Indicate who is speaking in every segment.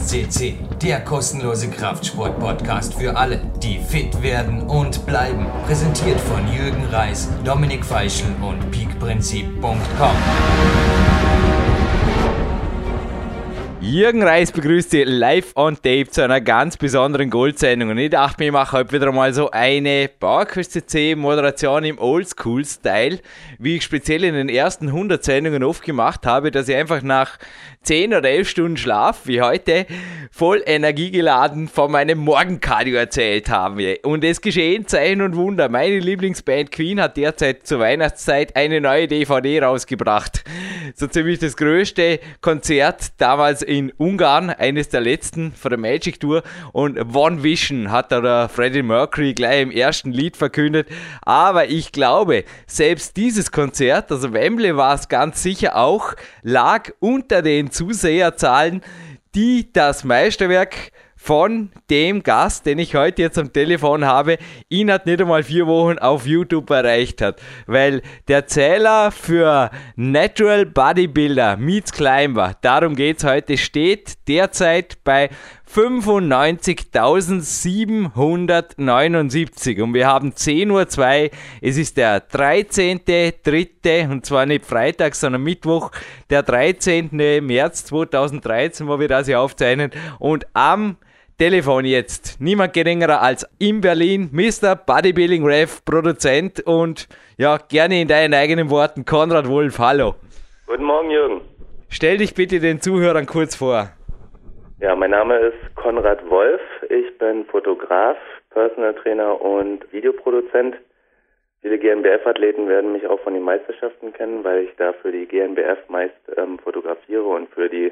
Speaker 1: CC, der kostenlose Kraftsport-Podcast für alle, die fit werden und bleiben. Präsentiert von Jürgen Reis, Dominik Feischl und peakprinzip.com.
Speaker 2: Jürgen Reis begrüßt Sie live on tape zu einer ganz besonderen Goldsendung. Und ich dachte mir, ich mache heute wieder mal so eine PowerQuest.cc-Moderation im Oldschool-Style, wie ich speziell in den ersten 100 Sendungen oft gemacht habe, dass ich einfach nach 10 oder 11 Stunden Schlaf, wie heute, voll energiegeladen von meinem Morgencardio erzählt habe. Und es geschehen Zeichen und Wunder. Meine Lieblingsband Queen hat derzeit zur Weihnachtszeit eine neue DVD rausgebracht. So ziemlich das größte Konzert damals in Ungarn, eines der letzten von der Magic Tour, und One Vision hat da der Freddie Mercury gleich im ersten Lied verkündet. Aber ich glaube, selbst dieses Konzert, also Wembley war es ganz sicher auch, lag unter den Zuseherzahlen, die das Meisterwerk von dem Gast, den ich heute jetzt am Telefon habe, ihn hat nicht einmal 4 Wochen auf YouTube erreicht hat, weil der Zähler für Natural Bodybuilder meets Climber, darum geht's heute, steht derzeit bei 95.779 und wir haben 10.02 Uhr, es ist der 13.3. und zwar nicht Freitag, sondern Mittwoch, der 13. März 2013, wo wir das hier aufzeichnen, und am Telefon jetzt niemand geringerer als in Berlin Mr. Bodybuilding Ref, Produzent und ja, gerne in deinen eigenen Worten Konrad Wolf. Hallo.
Speaker 3: Guten Morgen, Jürgen.
Speaker 2: Stell dich bitte den Zuhörern kurz vor.
Speaker 3: Ja, mein Name ist Konrad Wolf. Ich bin Fotograf, Personal Trainer und Videoproduzent. Viele GNBF-Athleten werden mich auch von den Meisterschaften kennen, weil ich da für die GNBF meist fotografiere und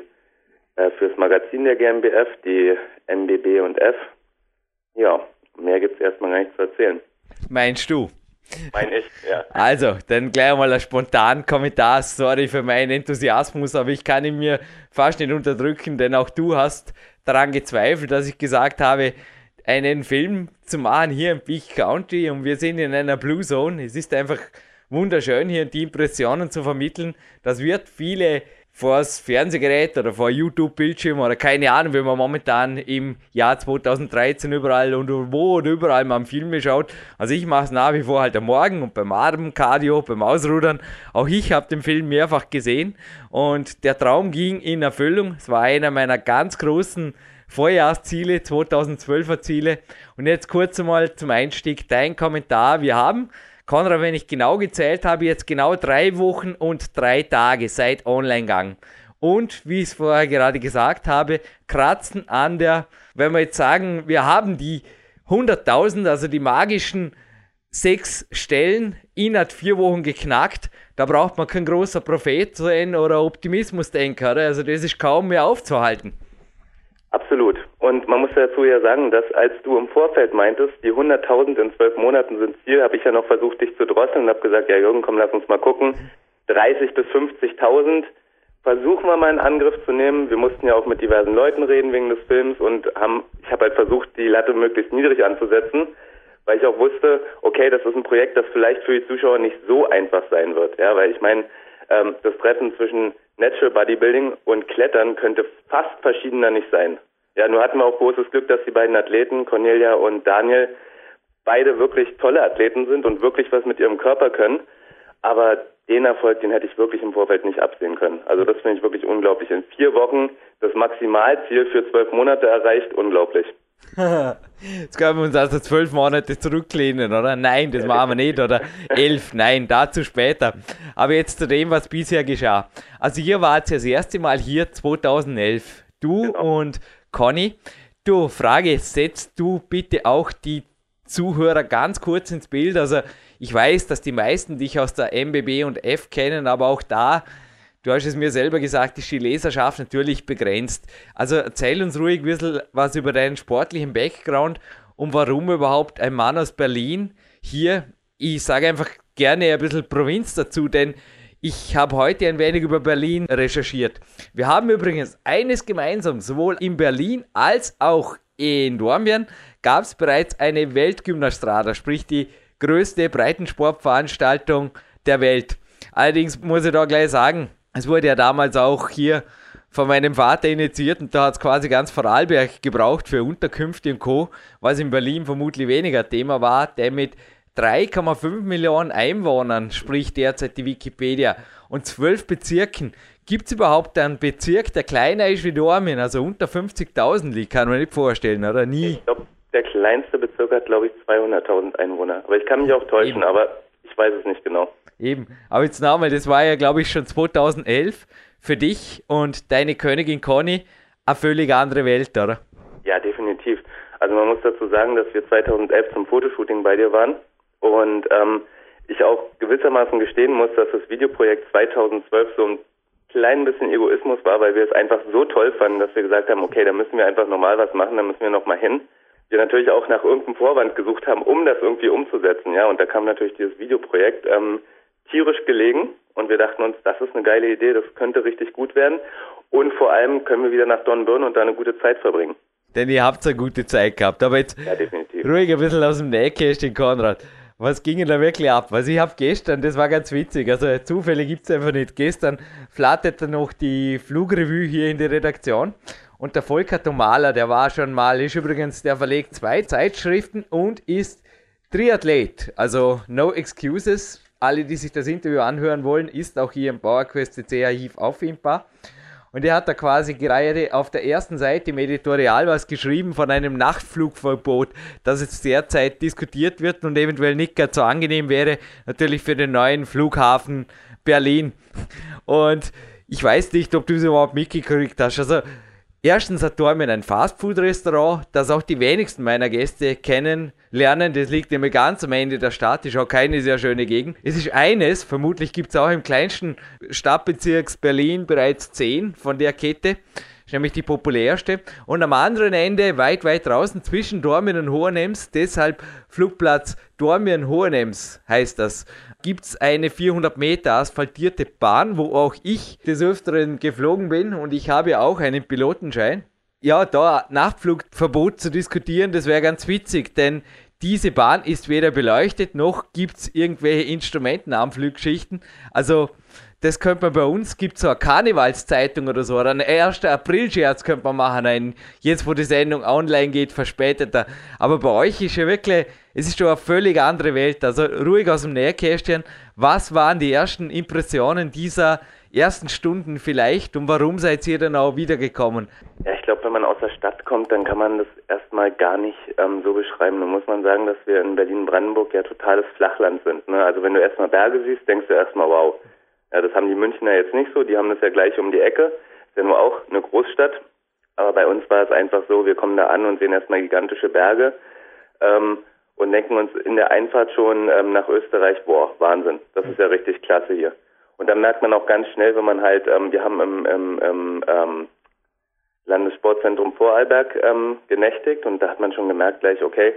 Speaker 3: fürs Magazin der GNBF, die NBB und F. Ja, mehr gibt's erstmal gar nicht zu erzählen.
Speaker 2: Meinst du?
Speaker 3: Mein ich, ja.
Speaker 2: Also, dann gleich mal ein spontaner Kommentar. Sorry für meinen Enthusiasmus, aber ich kann ihn mir fast nicht unterdrücken, denn auch du hast daran gezweifelt, dass ich gesagt habe, einen Film zu machen hier im Peak County, und wir sind in einer Blue Zone. Es ist einfach wunderschön, hier die Impressionen zu vermitteln. Das wird viele vor das Fernsehgerät oder vor YouTube-Bildschirm oder keine Ahnung, wie man momentan im Jahr 2013 überall und wo und überall man Filme schaut. Also ich mache es nach wie vor halt am Morgen und beim Abendcardio, beim Ausrudern. Auch ich habe den Film mehrfach gesehen und der Traum ging in Erfüllung. Es war einer meiner ganz großen Vorjahrsziele, 2012er Ziele. Und jetzt kurz einmal zum Einstieg dein Kommentar. Wir haben, Konrad, wenn ich genau gezählt habe, jetzt genau 3 Wochen und 3 Tage seit Online-Gang. Und, wie ich es vorher gerade gesagt habe, kratzen an der, wenn wir jetzt sagen, wir haben die 100.000, also die magischen 6 Stellen innerhalb 4 Wochen geknackt. Da braucht man kein großer Prophet sein oder Optimismusdenker. Oder? Also das ist kaum mehr aufzuhalten.
Speaker 3: Absolut. Und man muss dazu ja sagen, dass als du im Vorfeld meintest, die 100.000 in 12 Monaten sind Ziel, habe ich ja noch versucht, dich zu drosseln und habe gesagt, ja Jürgen, komm, lass uns mal gucken. 30.000 bis 50.000, versuchen wir mal einen Angriff zu nehmen. Wir mussten ja auch mit diversen Leuten reden wegen des Films und ich habe halt versucht, die Latte möglichst niedrig anzusetzen, weil ich auch wusste, okay, das ist ein Projekt, das vielleicht für die Zuschauer nicht so einfach sein wird. Ja, weil ich meine, das Treffen zwischen Natural Bodybuilding und Klettern könnte fast verschiedener nicht sein. Ja, nur hatten wir auch großes Glück, dass die beiden Athleten, Cornelia und Daniel, beide wirklich tolle Athleten sind und wirklich was mit ihrem Körper können. Aber den Erfolg, den hätte ich wirklich im Vorfeld nicht absehen können. Also das finde ich wirklich unglaublich. In 4 Wochen das Maximalziel für 12 Monate erreicht, unglaublich.
Speaker 2: Jetzt können wir uns also 12 Monate zurücklehnen, oder? Nein, das machen wir nicht, oder 11, nein, dazu später. Aber jetzt zu dem, was bisher geschah. Also hier war es das erste Mal hier 2011. Du genau. Und Conny, du, Frage, setzt du bitte auch die Zuhörer ganz kurz ins Bild. Also ich weiß, dass die meisten dich aus der MBB und F kennen, aber auch da, du hast es mir selber gesagt, ist die Leserschaft natürlich begrenzt. Also erzähl uns ruhig ein bisschen was über deinen sportlichen Background und warum überhaupt ein Mann aus Berlin hier, ich sage einfach gerne ein bisschen Provinz dazu, denn ich habe heute ein wenig über Berlin recherchiert. Wir haben übrigens eines gemeinsam, sowohl in Berlin als auch in Dornbirn gab es bereits eine Weltgymnastrada, sprich die größte Breitensportveranstaltung der Welt. Allerdings muss ich da gleich sagen, es wurde ja damals auch hier von meinem Vater initiiert und da hat es quasi ganz Vorarlberg gebraucht für Unterkünfte und Co., was in Berlin vermutlich weniger Thema war, der mit 3,5 Millionen Einwohnern, spricht derzeit die Wikipedia, und 12 Bezirken. Gibt es überhaupt einen Bezirk, der kleiner ist wie Dormien, also unter 50.000 liegt, kann man nicht vorstellen, oder? Nie.
Speaker 3: Ich glaube, der kleinste Bezirk hat, glaube ich, 200.000 Einwohner. Aber ich kann mich auch täuschen, aber ich weiß es nicht genau.
Speaker 2: Eben, aber jetzt nochmal, das war ja, glaube ich, schon 2011 für dich und deine Königin Conny eine völlig andere Welt, oder?
Speaker 3: Ja, definitiv. Also man muss dazu sagen, dass wir 2011 zum Fotoshooting bei dir waren und ich auch gewissermaßen gestehen muss, dass das Videoprojekt 2012 so ein klein bisschen Egoismus war, weil wir es einfach so toll fanden, dass wir gesagt haben, okay, da müssen wir einfach normal was machen, da müssen wir nochmal hin. Wir natürlich auch nach irgendeinem Vorwand gesucht haben, um das irgendwie umzusetzen, ja, und da kam natürlich dieses Videoprojekt tierisch gelegen und wir dachten uns, das ist eine geile Idee, das könnte richtig gut werden und vor allem können wir wieder nach Dornbirn und da eine gute Zeit verbringen.
Speaker 2: Denn ihr habt eine gute Zeit gehabt, aber jetzt
Speaker 3: ja, definitiv.
Speaker 2: Ruhig ein bisschen aus dem Nähkästchen, Konrad. Was ging denn da wirklich ab? Was ich habe gestern, das war ganz witzig, also Zufälle gibt es einfach nicht. Gestern flatterte noch die Flugrevue hier in die Redaktion und der Volker Thomaler, der war schon mal, ist übrigens, der verlegt 2 Zeitschriften und ist Triathlet, also no excuses. Alle, die sich das Interview anhören wollen, ist auch hier im PowerQuest.cc Archiv auffindbar. Und er hat da quasi gerade auf der ersten Seite im Editorial was geschrieben von einem Nachtflugverbot, das jetzt derzeit diskutiert wird und eventuell nicht ganz so angenehm wäre, natürlich für den neuen Flughafen Berlin. Und ich weiß nicht, ob du es überhaupt mitgekriegt hast. Also erstens hat Dormien ein Fastfood-Restaurant, das auch die wenigsten meiner Gäste kennenlernen. Das liegt nämlich ganz am Ende der Stadt, ist auch keine sehr schöne Gegend. Es ist eines, vermutlich gibt es auch im kleinsten Stadtbezirk Berlin bereits 10 von der Kette. Ist nämlich die populärste. Und am anderen Ende, weit draußen zwischen Dormien und Hohenems, deshalb Flugplatz Dormien-Hohenems heißt das, gibt es eine 400 Meter asphaltierte Bahn, wo auch ich des Öfteren geflogen bin und ich habe ja auch einen Pilotenschein. Ja, da Nachtflugverbot zu diskutieren, das wäre ganz witzig, denn diese Bahn ist weder beleuchtet, noch gibt es irgendwelche Instrumentenanflugschichten. Also das könnte man bei uns, gibt so eine Karnevalszeitung oder so, oder einen 1. April-Scherz könnte man machen, jetzt wo die Sendung online geht, verspäteter. Aber bei euch ist ja wirklich, es ist schon eine völlig andere Welt, also ruhig aus dem Nähkästchen. Was waren die ersten Impressionen dieser ersten Stunden vielleicht und warum seid ihr dann auch wiedergekommen?
Speaker 3: Ja, ich glaube, wenn man aus der Stadt kommt, dann kann man das erstmal gar nicht so beschreiben. Nun muss man sagen, dass wir in Berlin-Brandenburg ja totales Flachland sind, ne? Also wenn du erstmal Berge siehst, denkst du erstmal, wow. Ja, das haben die Münchner jetzt nicht so, die haben das ja gleich um die Ecke. Ist ja nur auch eine Großstadt. Aber bei uns war es einfach so, wir kommen da an und sehen erstmal gigantische Berge und denken uns in der Einfahrt schon nach Österreich, boah, Wahnsinn, das ist ja richtig klasse hier. Und dann merkt man auch ganz schnell, wenn man halt, wir haben im Landessportzentrum Vorarlberg genächtigt und da hat man schon gemerkt gleich, okay,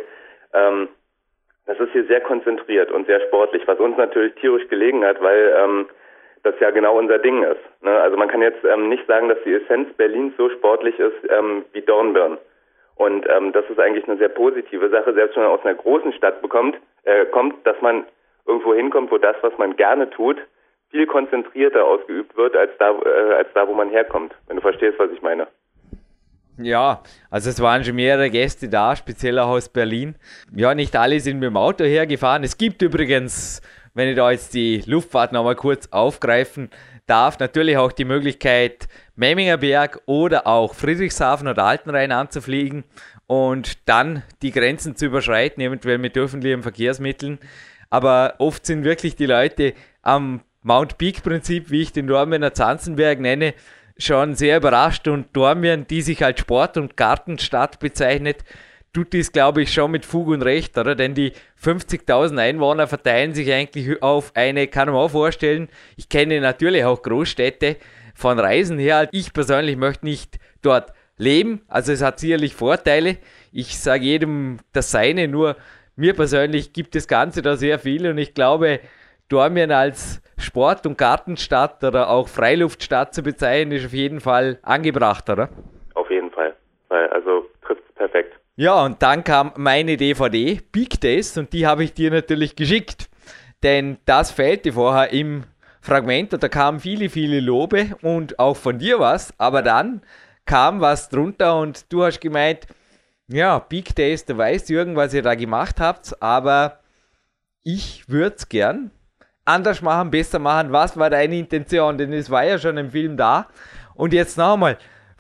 Speaker 3: das ist hier sehr konzentriert und sehr sportlich, was uns natürlich tierisch gelegen hat, weil das ja genau unser Ding ist. Ne? Also man kann jetzt nicht sagen, dass die Essenz Berlins so sportlich ist wie Dornbirn. Und das ist eigentlich eine sehr positive Sache, selbst wenn man aus einer großen Stadt kommt, dass man irgendwo hinkommt, wo das, was man gerne tut, viel konzentrierter ausgeübt wird, als da, wo man herkommt. Wenn du verstehst, was ich meine.
Speaker 2: Ja, also es waren schon mehrere Gäste da, speziell auch aus Berlin. Ja, nicht alle sind mit dem Auto hergefahren. Es gibt übrigens, wenn ich da jetzt die Luftfahrt nochmal kurz aufgreifen darf, natürlich auch die Möglichkeit, Memminger Berg oder auch Friedrichshafen oder Altenrhein anzufliegen und dann die Grenzen zu überschreiten, eventuell mit öffentlichen Verkehrsmitteln. Aber oft sind wirklich die Leute am Mount Peak-Prinzip, wie ich den Dormiener Zanzenberg nenne, schon sehr überrascht und Dormien, die sich als Sport- und Gartenstadt bezeichnet, tut dies, glaube ich, schon mit Fug und Recht, oder? Denn die 50.000 Einwohner verteilen sich eigentlich auf eine, kann man auch vorstellen, ich kenne natürlich auch Großstädte von Reisen her. Ich persönlich möchte nicht dort leben, also es hat sicherlich Vorteile. Ich sage jedem das Seine, nur mir persönlich gibt das Ganze da sehr viel und ich glaube, Dormien als Sport- und Gartenstadt oder auch Freiluftstadt zu bezeichnen, ist auf jeden Fall angebracht, oder?
Speaker 3: Auf jeden Fall. Also trifft es perfekt.
Speaker 2: Ja, und dann kam meine DVD, Peak Days, und die habe ich dir natürlich geschickt. Denn das fehlte vorher im Fragment und da kamen viele, viele Lobe und auch von dir was, aber dann kam was drunter und du hast gemeint, ja, Peak Days, du weißt, Jürgen, was ihr da gemacht habt, aber ich würde es gern anders machen, besser machen. Was war deine Intention? Denn es war ja schon im Film da. Und jetzt noch einmal,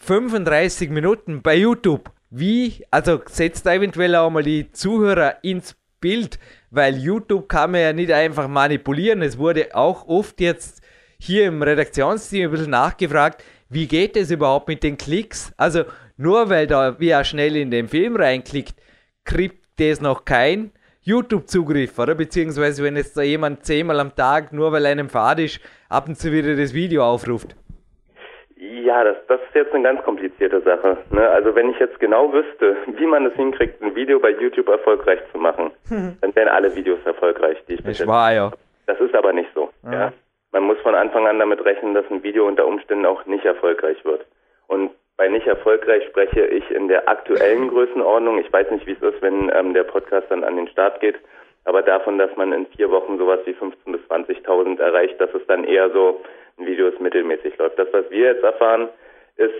Speaker 2: 35 Minuten bei YouTube. Wie, also setzt da eventuell auch mal die Zuhörer ins Bild, weil YouTube kann man ja nicht einfach manipulieren. Es wurde auch oft jetzt hier im Redaktionsteam ein bisschen nachgefragt, wie geht es überhaupt mit den Klicks? Also nur weil da wer schnell in den Film reinklickt, kriegt es noch kein YouTube-Zugriff, oder? Beziehungsweise wenn jetzt da jemand 10-mal am Tag, nur weil einem fad ist, ab und zu wieder das Video aufruft.
Speaker 3: Ja, das ist jetzt eine ganz komplizierte Sache. Ne? Also wenn ich jetzt genau wüsste, wie man es hinkriegt, ein Video bei YouTube erfolgreich zu machen, dann wären alle Videos erfolgreich, die ich
Speaker 2: Das war ja.
Speaker 3: Das ist aber nicht so.
Speaker 2: Ah.
Speaker 3: Ja? Man muss von Anfang an damit rechnen, dass ein Video unter Umständen auch nicht erfolgreich wird. Und bei nicht erfolgreich spreche ich in der aktuellen Größenordnung. Ich weiß nicht, wie es ist, wenn der Podcast dann an den Start geht, aber davon, dass man in 4 Wochen sowas wie 15.000 bis 20.000 erreicht, dass es dann eher so ein Video ist mittelmäßig läuft. Das, was wir jetzt erfahren, ist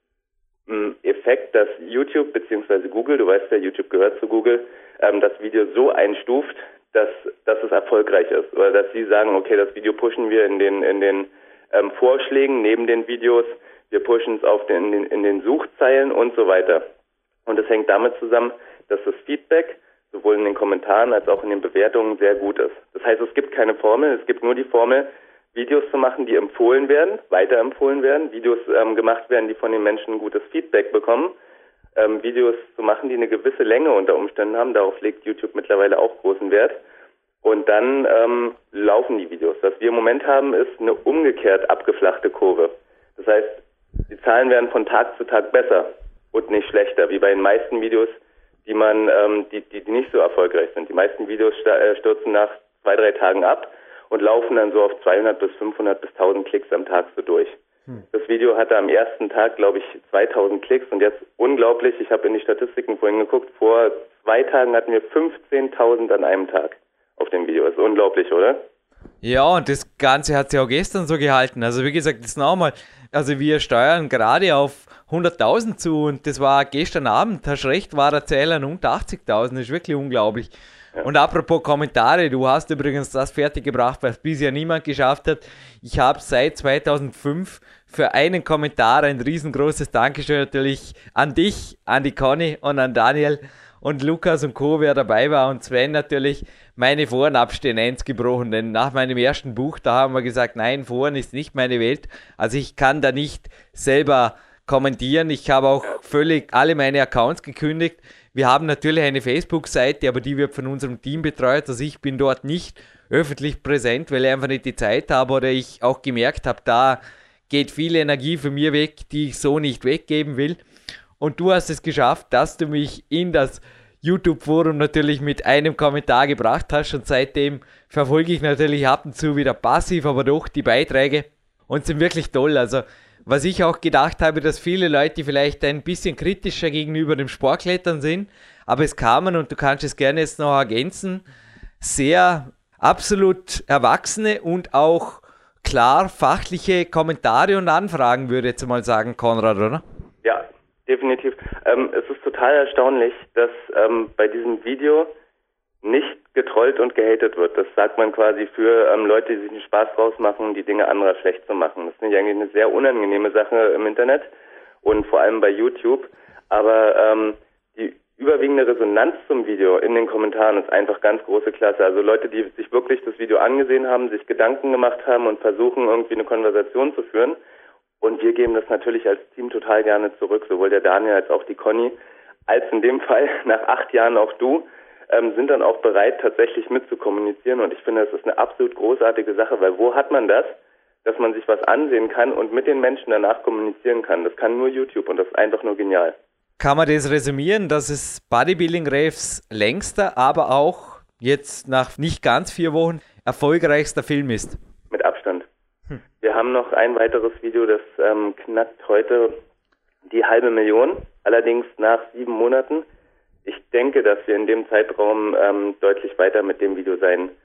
Speaker 3: ein Effekt, dass YouTube bzw. Google, du weißt ja, YouTube gehört zu Google, das Video so einstuft, dass es erfolgreich ist. Oder dass sie sagen, okay, das Video pushen wir in den Vorschlägen neben den Videos, wir pushen es in den Suchzeilen und so weiter. Und es hängt damit zusammen, dass das Feedback sowohl in den Kommentaren als auch in den Bewertungen sehr gut ist. Das heißt, es gibt keine Formel, es gibt nur die Formel, Videos zu machen, die empfohlen werden, weiterempfohlen werden, Videos gemacht werden, die von den Menschen ein gutes Feedback bekommen, Videos zu machen, die eine gewisse Länge unter Umständen haben, darauf legt YouTube mittlerweile auch großen Wert. Und dann laufen die Videos. Was wir im Moment haben, ist eine umgekehrt abgeflachte Kurve. Das heißt, die Zahlen werden von Tag zu Tag besser und nicht schlechter, wie bei den meisten Videos, die nicht so erfolgreich sind. Die meisten Videos stürzen nach 2-3 Tagen ab und laufen dann so auf 200 bis 500 bis 1000 Klicks am Tag so durch. Das Video hatte am ersten Tag, glaube ich, 2000 Klicks und jetzt unglaublich, ich habe in die Statistiken vorhin geguckt, vor 2 Tagen hatten wir 15.000 an einem Tag auf dem Video. Ist unglaublich, oder?
Speaker 2: Ja, und das Ganze hat sich auch gestern so gehalten. Also wie gesagt, das nochmal, also wir steuern gerade auf 100.000 zu und das war gestern Abend, hast recht, war der Zähler unter 80.000, das ist wirklich unglaublich. Ja. Und apropos Kommentare, du hast übrigens das fertiggebracht, was bisher niemand geschafft hat. Ich habe seit 2005 für einen Kommentar ein riesengroßes Dankeschön natürlich an dich, an die Conny und an Daniel und Lukas und Co., wer dabei war und Sven natürlich meine Forenabstinenz gebrochen, denn nach meinem ersten Buch, da haben wir gesagt, nein, Foren ist nicht meine Welt, also ich kann da nicht selber kommentieren, ich habe auch völlig alle meine Accounts gekündigt. Wir haben natürlich eine Facebook-Seite, aber die wird von unserem Team betreut, also ich bin dort nicht öffentlich präsent, weil ich einfach nicht die Zeit habe oder ich auch gemerkt habe, da geht viel Energie von mir weg, die ich so nicht weggeben will. Und du hast es geschafft, dass du mich in das YouTube-Forum natürlich mit einem Kommentar gebracht hast und seitdem verfolge ich natürlich ab und zu wieder passiv, aber doch die Beiträge und sind wirklich toll. Also was ich auch gedacht habe, dass viele Leute vielleicht ein bisschen kritischer gegenüber dem Sportklettern sind, aber es kamen, und du kannst es gerne jetzt noch ergänzen, sehr absolut erwachsene und auch klar fachliche Kommentare und Anfragen, würde ich jetzt mal sagen, Konrad, oder?
Speaker 3: Ja, definitiv. Es ist total erstaunlich, dass bei diesem Video nicht getrollt und gehatet wird. Das sagt man quasi für Leute, die sich einen Spaß draus machen, die Dinge anderer schlecht zu machen. Das finde ich eigentlich eine sehr unangenehme Sache im Internet und vor allem bei YouTube. Aber die überwiegende Resonanz zum Video in den Kommentaren ist einfach ganz große Klasse. Also Leute, die sich wirklich das Video angesehen haben, sich Gedanken gemacht haben und versuchen, irgendwie eine Konversation zu führen. Und wir geben das natürlich als Team total gerne zurück, sowohl der Daniel als auch die Conny, als in dem Fall nach 8 Jahren auch du, sind dann auch bereit, tatsächlich mitzukommunizieren. Und ich finde, das ist eine absolut großartige Sache, weil wo hat man das, dass man sich was ansehen kann und mit den Menschen danach kommunizieren kann? Das kann nur YouTube und das ist einfach nur genial.
Speaker 2: Kann man das resümieren, dass es Bodybuilding Refs längster, aber auch jetzt nach nicht ganz 4 Wochen erfolgreichster Film ist?
Speaker 3: Mit Abstand. Wir haben noch ein weiteres Video, das knackt heute die 500.000, allerdings nach 7 Monaten. Ich denke, dass wir in dem Zeitraum deutlich weiter mit dem Video sein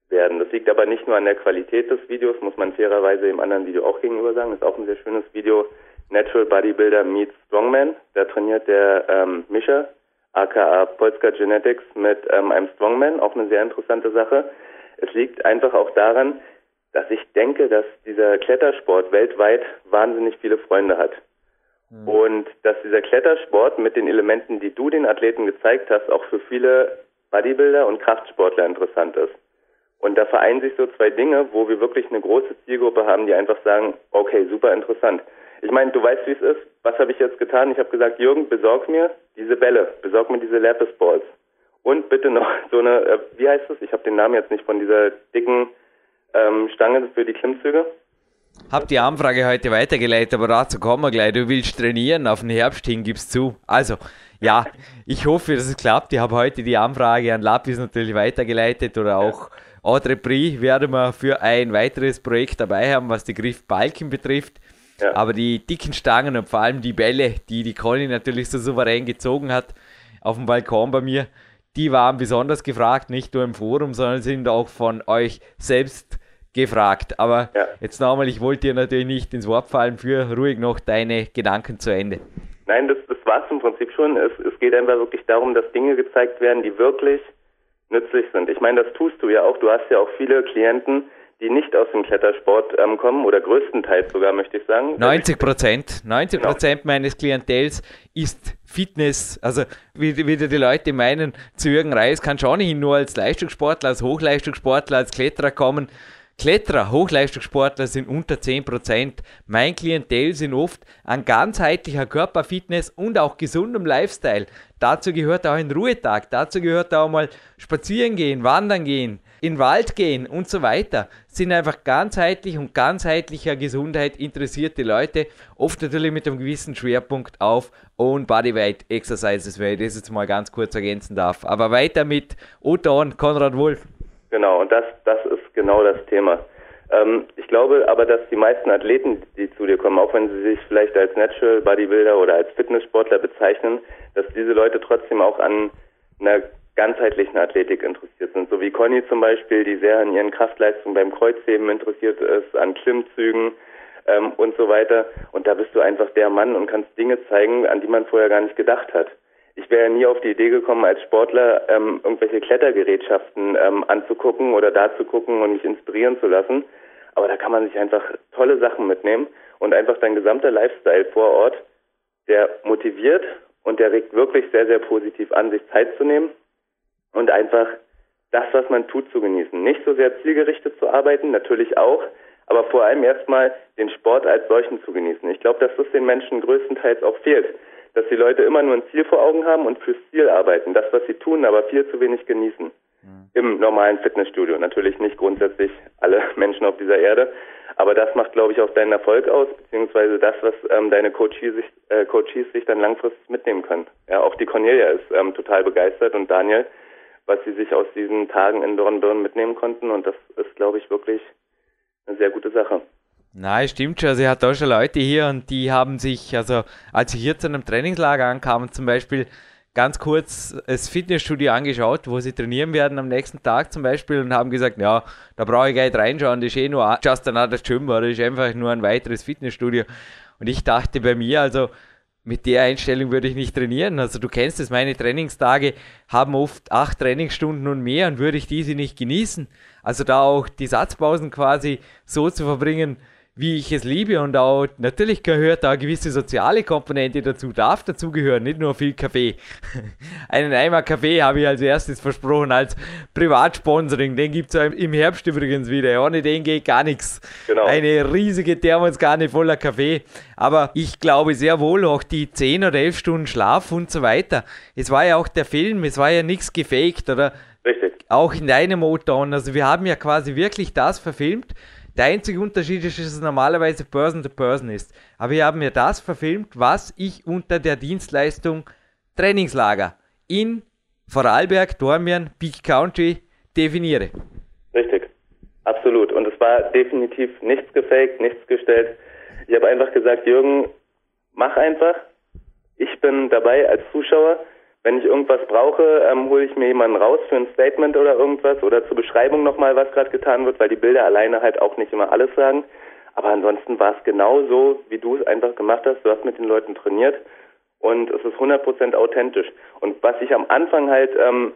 Speaker 3: werden. Das liegt aber nicht nur an der Qualität des Videos, muss man fairerweise dem anderen Video auch gegenüber sagen. Das ist auch ein sehr schönes Video. Natural Bodybuilder meets Strongman. Da trainiert der Mischa, aka Polska Genetics, mit einem Strongman. Auch eine sehr interessante Sache. Es liegt einfach auch daran, dass ich denke, dass dieser Klettersport weltweit wahnsinnig viele Freunde hat. Und dass dieser Klettersport mit den Elementen, die du den Athleten gezeigt hast, auch für viele Bodybuilder und Kraftsportler interessant ist. Und da vereinen sich so zwei Dinge, wo wir wirklich eine große Zielgruppe haben, die einfach sagen, okay, super interessant. Ich meine, du weißt, wie es ist. Was habe ich jetzt getan? Ich habe gesagt, Jürgen, besorg mir diese Bälle, besorg mir diese Lapis Balls. Und bitte noch so eine, wie heißt es? Ich habe den Namen jetzt nicht, von dieser dicken Stange für die Klimmzüge.
Speaker 2: Hab die Anfrage heute weitergeleitet, aber dazu kommen wir gleich. Du willst trainieren auf den Herbst hin, gibst zu. Also, ja, ich hoffe, dass es klappt. Ich habe heute die Anfrage an Lapis natürlich weitergeleitet oder auch Audrey Brie werden wir für ein weiteres Projekt dabei haben, was die Griffbalken betrifft. Ja. Aber die dicken Stangen und vor allem die Bälle, die Conny natürlich so souverän gezogen hat auf dem Balkon bei mir, die waren besonders gefragt, nicht nur im Forum, sondern sind auch von euch selbst gefragt. Aber jetzt nochmal, ich wollte dir natürlich nicht ins Wort fallen, führ ruhig noch deine Gedanken zu Ende.
Speaker 3: Nein, das war es im Prinzip schon. Es geht einfach wirklich darum, dass Dinge gezeigt werden, die wirklich nützlich sind. Ich meine, das tust du ja auch. Du hast ja auch viele Klienten, die nicht aus dem Klettersport kommen oder größtenteils sogar, möchte ich sagen.
Speaker 2: 90% meines Klientels ist Fitness. Also wie die Leute meinen, zu Jürgen Reis kann schon nicht nur als Leistungssportler, als Hochleistungssportler, als Kletterer kommen. Kletterer, Hochleistungssportler sind unter 10%. Mein Klientel sind oft an ganzheitlicher Körperfitness und auch gesundem Lifestyle. Dazu gehört auch ein Ruhetag, dazu gehört auch mal spazieren gehen, wandern gehen, in den Wald gehen und so weiter. Sind einfach ganzheitlich und ganzheitlicher Gesundheit interessierte Leute, oft natürlich mit einem gewissen Schwerpunkt auf Own Bodyweight Exercises, wenn ich das jetzt mal ganz kurz ergänzen darf. Aber weiter mit Otto und Konrad Wolf.
Speaker 3: Genau, und das ist genau das Thema. Ich glaube aber, dass die meisten Athleten, die zu dir kommen, auch wenn sie sich vielleicht als Natural Bodybuilder oder als Fitnesssportler bezeichnen, dass diese Leute trotzdem auch an einer ganzheitlichen Athletik interessiert sind. So wie Conny zum Beispiel, die sehr an ihren Kraftleistungen beim Kreuzheben interessiert ist, an Klimmzügen und so weiter. Und da bist du einfach der Mann und kannst Dinge zeigen, an die man vorher gar nicht gedacht hat. Ich wäre ja nie auf die Idee gekommen, als Sportler irgendwelche Klettergerätschaften anzugucken oder da zu gucken und mich inspirieren zu lassen. Aber da kann man sich einfach tolle Sachen mitnehmen und einfach dein gesamter Lifestyle vor Ort, der motiviert und der regt wirklich sehr, sehr positiv an, sich Zeit zu nehmen und einfach das, was man tut, zu genießen. Nicht so sehr zielgerichtet zu arbeiten, natürlich auch, aber vor allem erstmal den Sport als solchen zu genießen. Ich glaube, dass das den Menschen größtenteils auch fehlt. Dass die Leute immer nur ein Ziel vor Augen haben und fürs Ziel arbeiten. Das, was sie tun, aber viel zu wenig genießen. Im normalen Fitnessstudio. Natürlich nicht grundsätzlich alle Menschen auf dieser Erde. Aber das macht, glaube ich, auch deinen Erfolg aus, beziehungsweise das, was deine Coaches sich dann langfristig mitnehmen können. Ja, auch die Cornelia ist total begeistert und Daniel, was sie sich aus diesen Tagen in Dornbirn mitnehmen konnten. Und das ist, glaube ich, wirklich eine sehr gute Sache.
Speaker 2: Nein, stimmt schon. Also ich hatte auch schon Leute hier und die haben sich, also als ich hier zu einem Trainingslager ankam, zum Beispiel ganz kurz das Fitnessstudio angeschaut, wo sie trainieren werden am nächsten Tag zum Beispiel und haben gesagt, ja, da brauche ich gar nicht reinschauen, das ist eh nur just another gym, oder das ist einfach nur ein weiteres Fitnessstudio. Und ich dachte bei mir, also mit der Einstellung würde ich nicht trainieren. Also du kennst es, meine Trainingstage haben oft 8 Trainingsstunden und mehr und würde ich diese nicht genießen. Also da auch die Satzpausen quasi so zu verbringen, wie ich es liebe, und auch natürlich gehört da eine gewisse soziale Komponente dazu, darf dazugehören, nicht nur viel Kaffee. Einen Eimer Kaffee habe ich als erstes versprochen, als Privatsponsoring, den gibt es im Herbst übrigens wieder, ohne den geht gar nichts. Genau. Eine riesige Thermoskanne voller Kaffee, aber ich glaube sehr wohl auch die 10 oder 11 Stunden Schlaf und so weiter. Es war ja auch der Film, es war ja nichts gefaked, oder? Richtig. Auch in deinem O-Ton, also wir haben ja quasi wirklich das verfilmt. Der einzige Unterschied ist, dass es normalerweise Person to Person ist. Aber wir haben ja das verfilmt, was ich unter der Dienstleistung Trainingslager in Vorarlberg, Dornbirn, Peak Country definiere.
Speaker 3: Richtig, absolut. Und es war definitiv nichts gefaked, nichts gestellt. Ich habe einfach gesagt, Jürgen, mach einfach. Ich bin dabei als Zuschauer. Wenn ich irgendwas brauche, hole ich mir jemanden raus für ein Statement oder irgendwas oder zur Beschreibung nochmal, was gerade getan wird, weil die Bilder alleine halt auch nicht immer alles sagen. Aber ansonsten war es genau so, wie du es einfach gemacht hast. Du hast mit den Leuten trainiert und es ist 100% authentisch. Und was ich am Anfang halt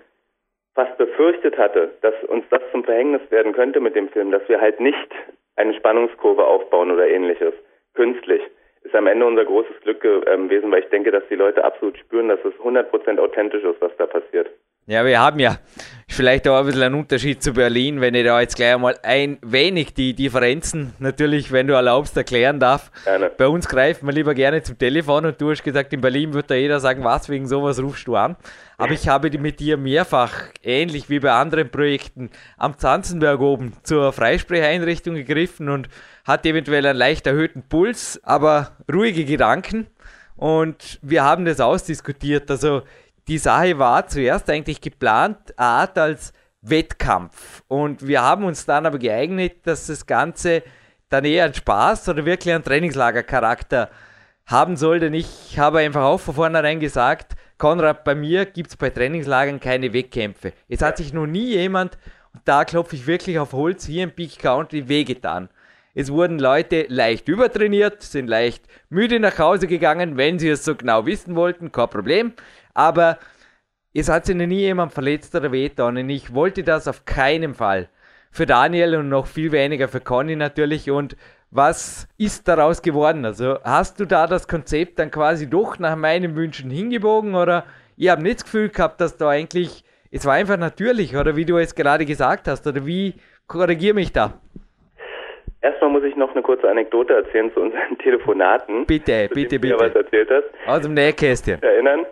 Speaker 3: fast befürchtet hatte, dass uns das zum Verhängnis werden könnte mit dem Film, dass wir halt nicht eine Spannungskurve aufbauen oder ähnliches, künstlich, ist am Ende unser großes Glück gewesen, weil ich denke, dass die Leute absolut spüren, dass es 100% authentisch ist, was da passiert.
Speaker 2: Ja, wir haben ja vielleicht auch ein bisschen einen Unterschied zu Berlin, wenn ich da jetzt gleich einmal ein wenig die Differenzen, natürlich, wenn du erlaubst, erklären darf.
Speaker 3: Gerne.
Speaker 2: Bei uns greift man lieber gerne zum Telefon und du hast gesagt, in Berlin wird da jeder sagen, was, wegen sowas rufst du an. Aber ich habe mit dir mehrfach, ähnlich wie bei anderen Projekten, am Zanzenberg oben zur Freisprecheinrichtung gegriffen und hatte eventuell einen leicht erhöhten Puls, aber ruhige Gedanken und wir haben das ausdiskutiert. Also die Sache war zuerst eigentlich geplant, eine Art als Wettkampf. Und wir haben uns dann aber geeignet, dass das Ganze dann eher einen Spaß oder wirklich einen Trainingslagercharakter haben soll. Denn ich habe einfach auch von vornherein gesagt, Konrad, bei mir gibt es bei Trainingslagern keine Wettkämpfe. Es hat sich noch nie jemand, und da klopfe ich wirklich auf Holz, hier im Peak Country wehgetan. Es wurden Leute leicht übertrainiert, sind leicht müde nach Hause gegangen, wenn sie es so genau wissen wollten, kein Problem. Aber es hat sich noch nie jemand verletzt oder wehgetan und ich wollte das auf keinen Fall. Für Daniel und noch viel weniger für Conny natürlich. Und was ist daraus geworden? Also hast du da das Konzept dann quasi doch nach meinen Wünschen hingebogen oder ihr habt nicht das Gefühl gehabt, dass da eigentlich, es war einfach natürlich oder wie du es gerade gesagt hast oder wie, korrigier mich da.
Speaker 3: Erstmal muss ich noch eine kurze Anekdote erzählen zu unseren Telefonaten.
Speaker 2: Bitte.
Speaker 3: Was erzählt hast.
Speaker 2: Aus dem Nähkästchen.
Speaker 3: Erinnern.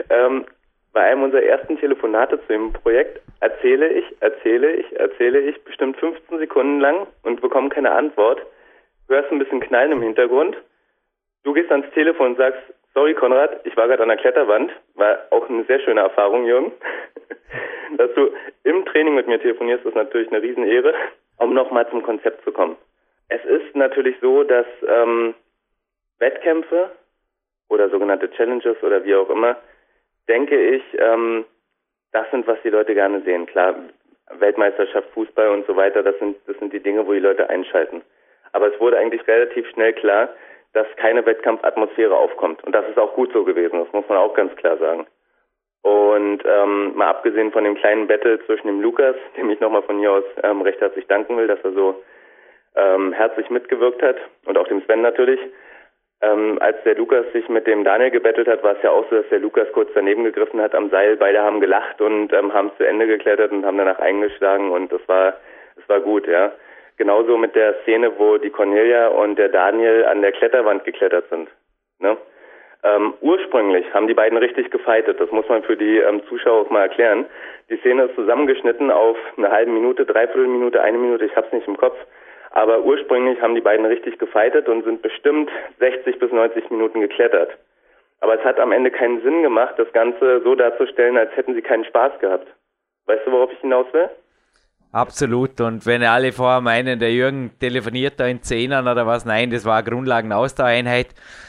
Speaker 3: Bei einem unserer ersten Telefonate zu dem Projekt erzähle ich bestimmt 15 Sekunden lang und bekomme keine Antwort. Hörst ein bisschen Knallen im Hintergrund. Du gehst ans Telefon und sagst, sorry Konrad, ich war gerade an der Kletterwand. War auch eine sehr schöne Erfahrung, Jürgen. Dass du im Training mit mir telefonierst, ist natürlich eine Riesenehre, um nochmal zum Konzept zu kommen. Es ist natürlich so, dass Wettkämpfe oder sogenannte Challenges oder wie auch immer, denke ich, das sind, was die Leute gerne sehen. Klar, Weltmeisterschaft, Fußball und so weiter, das sind die Dinge, wo die Leute einschalten. Aber es wurde eigentlich relativ schnell klar, dass keine Wettkampfatmosphäre aufkommt. Und das ist auch gut so gewesen, das muss man auch ganz klar sagen. Und mal abgesehen von dem kleinen Battle zwischen dem Lukas, dem ich nochmal von hier aus recht herzlich danken will, dass er so herzlich mitgewirkt hat und auch dem Sven natürlich. Als der Lukas sich mit dem Daniel gebettelt hat, war es ja auch so, dass der Lukas kurz daneben gegriffen hat am Seil. Beide haben gelacht und haben es zu Ende geklettert und haben danach eingeschlagen und es war gut, ja. Genauso mit der Szene, wo die Cornelia und der Daniel an der Kletterwand geklettert sind. Ne? Ursprünglich haben die beiden richtig gefightet, das muss man für die Zuschauer auch mal erklären. Die Szene ist zusammengeschnitten auf eine halbe Minute, dreiviertel Minute, eine Minute, ich hab's nicht im Kopf. Aber ursprünglich haben die beiden richtig gefightet und sind bestimmt 60 bis 90 Minuten geklettert. Aber es hat am Ende keinen Sinn gemacht, das Ganze so darzustellen, als hätten sie keinen Spaß gehabt. Weißt du, worauf ich hinaus will?
Speaker 2: Absolut. Und wenn alle vorher meinen, der Jürgen telefoniert da in Zehnern oder was, nein, das war eine Grundlagenausdauereinheit.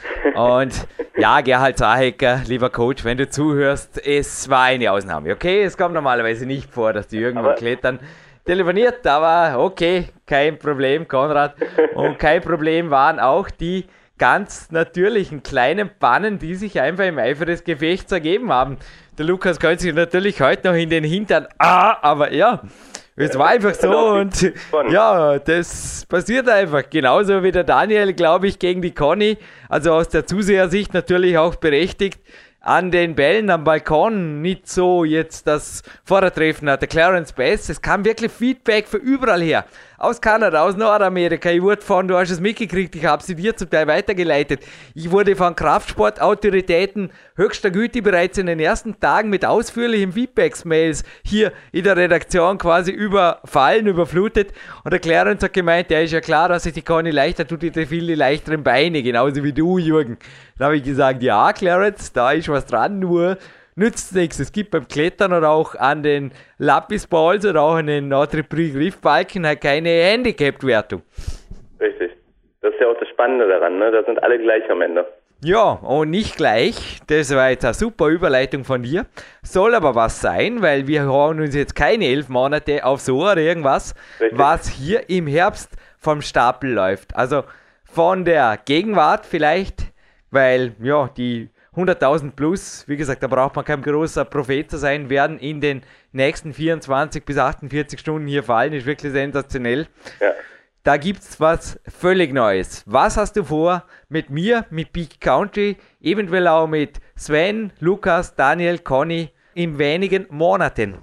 Speaker 2: Und ja, Gerhard Zahecker, lieber Coach, wenn du zuhörst, es war eine Ausnahme, okay? Es kommt normalerweise nicht vor, dass die Jürgen beim Klettern telefoniert, aber okay, kein Problem, Konrad. Und kein Problem waren auch die ganz natürlichen kleinen Pannen, die sich einfach im Eifer des Gefechts ergeben haben. Der Lukas könnte sich natürlich heute noch in den Hintern, aber ja, es war einfach so und ja, das passiert einfach. Genauso wie der Daniel, glaube ich, gegen die Conny, also aus der Zusehersicht natürlich auch berechtigt, an den Bällen am Balkon nicht so jetzt das Vordertreffen hatte. Clarence Bass, es kam wirklich Feedback für überall her. Aus Kanada, aus Nordamerika. Ich wurde du hast es mitgekriegt, ich habe sie dir zum Teil weitergeleitet. Ich wurde von Kraftsportautoritäten höchster Güte bereits in den ersten Tagen mit ausführlichen Feedbacks-Mails hier in der Redaktion quasi überfallen, überflutet. Und der Clarence hat gemeint, ja, ist ja klar, dass sich die Conny leichter tut, die viele leichteren Beine, genauso wie du, Jürgen. Dann habe ich gesagt, ja, Clarence, da ist was dran, nur nützt nichts. Es gibt beim Klettern oder auch an den Lapis-Balls oder auch an den Nordrepris-Griffbalken halt keine Handicap-Wertung.
Speaker 3: Richtig. Das ist ja auch das Spannende daran, ne? Da sind alle gleich am Ende.
Speaker 2: Ja, und nicht gleich, das war jetzt eine super Überleitung von dir, soll aber was sein, weil wir haben uns jetzt keine 11 Monate aufs Ohr oder irgendwas,
Speaker 3: Richtig.
Speaker 2: was hier im Herbst vom Stapel läuft. Also von der Gegenwart vielleicht, weil ja, die 100.000 plus, wie gesagt, da braucht man kein großer Prophet zu sein, werden in den nächsten 24 bis 48 Stunden hier fallen, ist wirklich sensationell.
Speaker 3: Ja.
Speaker 2: Da gibt's was völlig Neues. Was hast du vor mit mir, mit Peak Country, eventuell auch mit Sven, Lukas, Daniel, Conny in wenigen Monaten?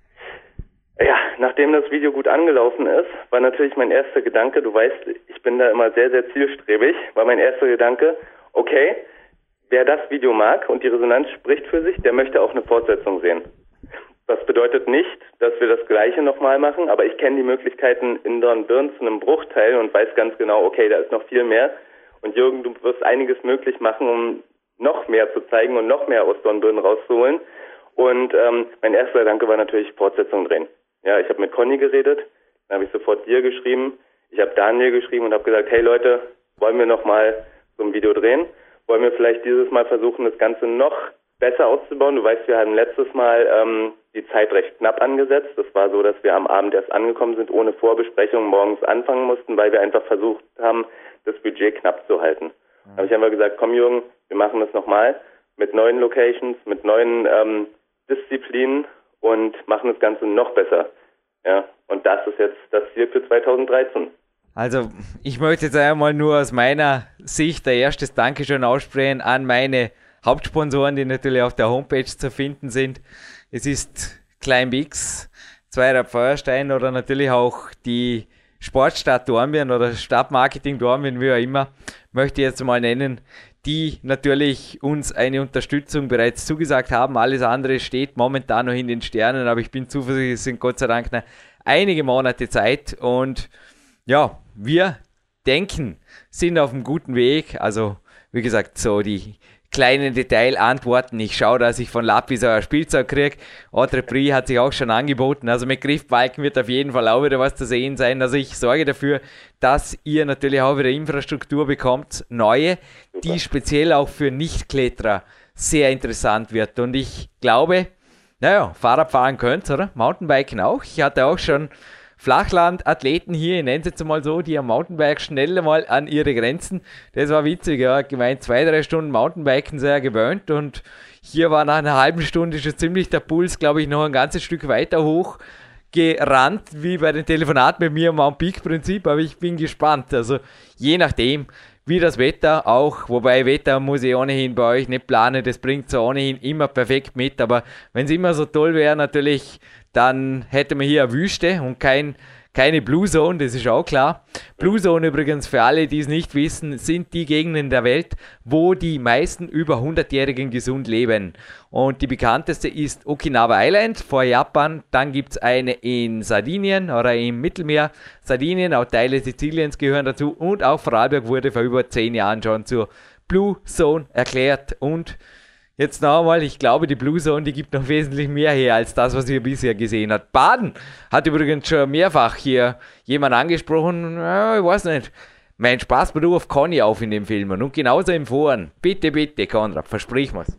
Speaker 3: Ja, nachdem das Video gut angelaufen ist, war natürlich mein erster Gedanke, du weißt, ich bin da immer sehr, sehr zielstrebig, war mein erster Gedanke, okay, wer das Video mag und die Resonanz spricht für sich, der möchte auch eine Fortsetzung sehen. Das bedeutet nicht, dass wir das Gleiche nochmal machen, aber ich kenne die Möglichkeiten in Dornbirn zu einem Bruchteil und weiß ganz genau, okay, da ist noch viel mehr. Und Jürgen, du wirst einiges möglich machen, um noch mehr zu zeigen und noch mehr aus Dornbirn rauszuholen. Und mein erster Gedanke war natürlich Fortsetzung drehen. Ja, ich habe mit Conny geredet, dann habe ich sofort dir geschrieben, ich habe Daniel geschrieben und habe gesagt, hey Leute, wollen wir nochmal so ein Video drehen? Wollen wir vielleicht dieses Mal versuchen, das Ganze noch besser auszubauen? Du weißt, wir hatten letztes Mal die Zeit recht knapp angesetzt. Das war so, dass wir am Abend erst angekommen sind, ohne Vorbesprechung morgens anfangen mussten, weil wir einfach versucht haben, das Budget knapp zu halten. Da habe ich einfach gesagt, komm Jürgen, wir machen das nochmal mit neuen Locations, mit neuen Disziplinen und machen das Ganze noch besser. Ja, und das ist jetzt das Ziel für 2013.
Speaker 2: Also ich möchte jetzt einmal nur aus meiner Sicht ein erstes Dankeschön aussprechen an meine Hauptsponsoren, die natürlich auf der Homepage zu finden sind. Es ist Climbx, Zweirad Feuerstein oder natürlich auch die Sportstadt Dornbirn oder Stadtmarketing Dornbirn, wie auch immer, möchte ich jetzt mal nennen, die natürlich uns eine Unterstützung bereits zugesagt haben. Alles andere steht momentan noch in den Sternen, aber ich bin zuversichtlich, es sind Gott sei Dank noch einige Monate Zeit und ja, wir denken, sind auf einem guten Weg. Also, wie gesagt, so die kleinen Detailantworten. Ich schaue, dass ich von Lapis ein Spielzeug kriege. Autre Prix hat sich auch schon angeboten. Also mit Griffbalken wird auf jeden Fall auch wieder was zu sehen sein. Also ich sorge dafür, dass ihr natürlich auch wieder Infrastruktur bekommt, neue, die speziell auch für Nichtkletterer sehr interessant wird. Und ich glaube, naja, Fahrrad fahren könnt, oder? Mountainbiken auch. Ich hatte auch schon Flachlandathleten hier, ich nenne es jetzt mal so, die am Mountainbike schnell mal an ihre Grenzen. Das war witzig, ja, gemeint 2-3 Stunden Mountainbiken sehr gewöhnt und hier war nach einer halben Stunde schon ziemlich der Puls, glaube ich, noch ein ganzes Stück weiter hoch gerannt, wie bei den Telefonaten mit mir im Mount Peak Prinzip, aber ich bin gespannt, also je nachdem, wie das Wetter auch, wobei Wetter muss ich ohnehin bei euch nicht planen, das bringt so ohnehin immer perfekt mit, aber wenn es immer so toll wäre natürlich, dann hätten wir hier eine Wüste und keine Blue Zone, das ist auch klar. Blue Zone übrigens, für alle, die es nicht wissen, sind die Gegenden der Welt, wo die meisten über 100-Jährigen gesund leben. Und die bekannteste ist Okinawa Island vor Japan, dann gibt es eine in Sardinien oder im Mittelmeer. Sardinien, auch Teile Siziliens gehören dazu und auch Vorarlberg wurde vor über 10 Jahren schon zur Blue Zone erklärt und jetzt noch einmal, ich glaube, die Blue Zone, die gibt noch wesentlich mehr her als das, was ihr bisher gesehen habt. Baden hat übrigens schon mehrfach hier jemand angesprochen, ich weiß nicht, mein Spaßberuf Conny auf in dem Film und genauso im Foren. Bitte, bitte, Konrad, versprich mir's.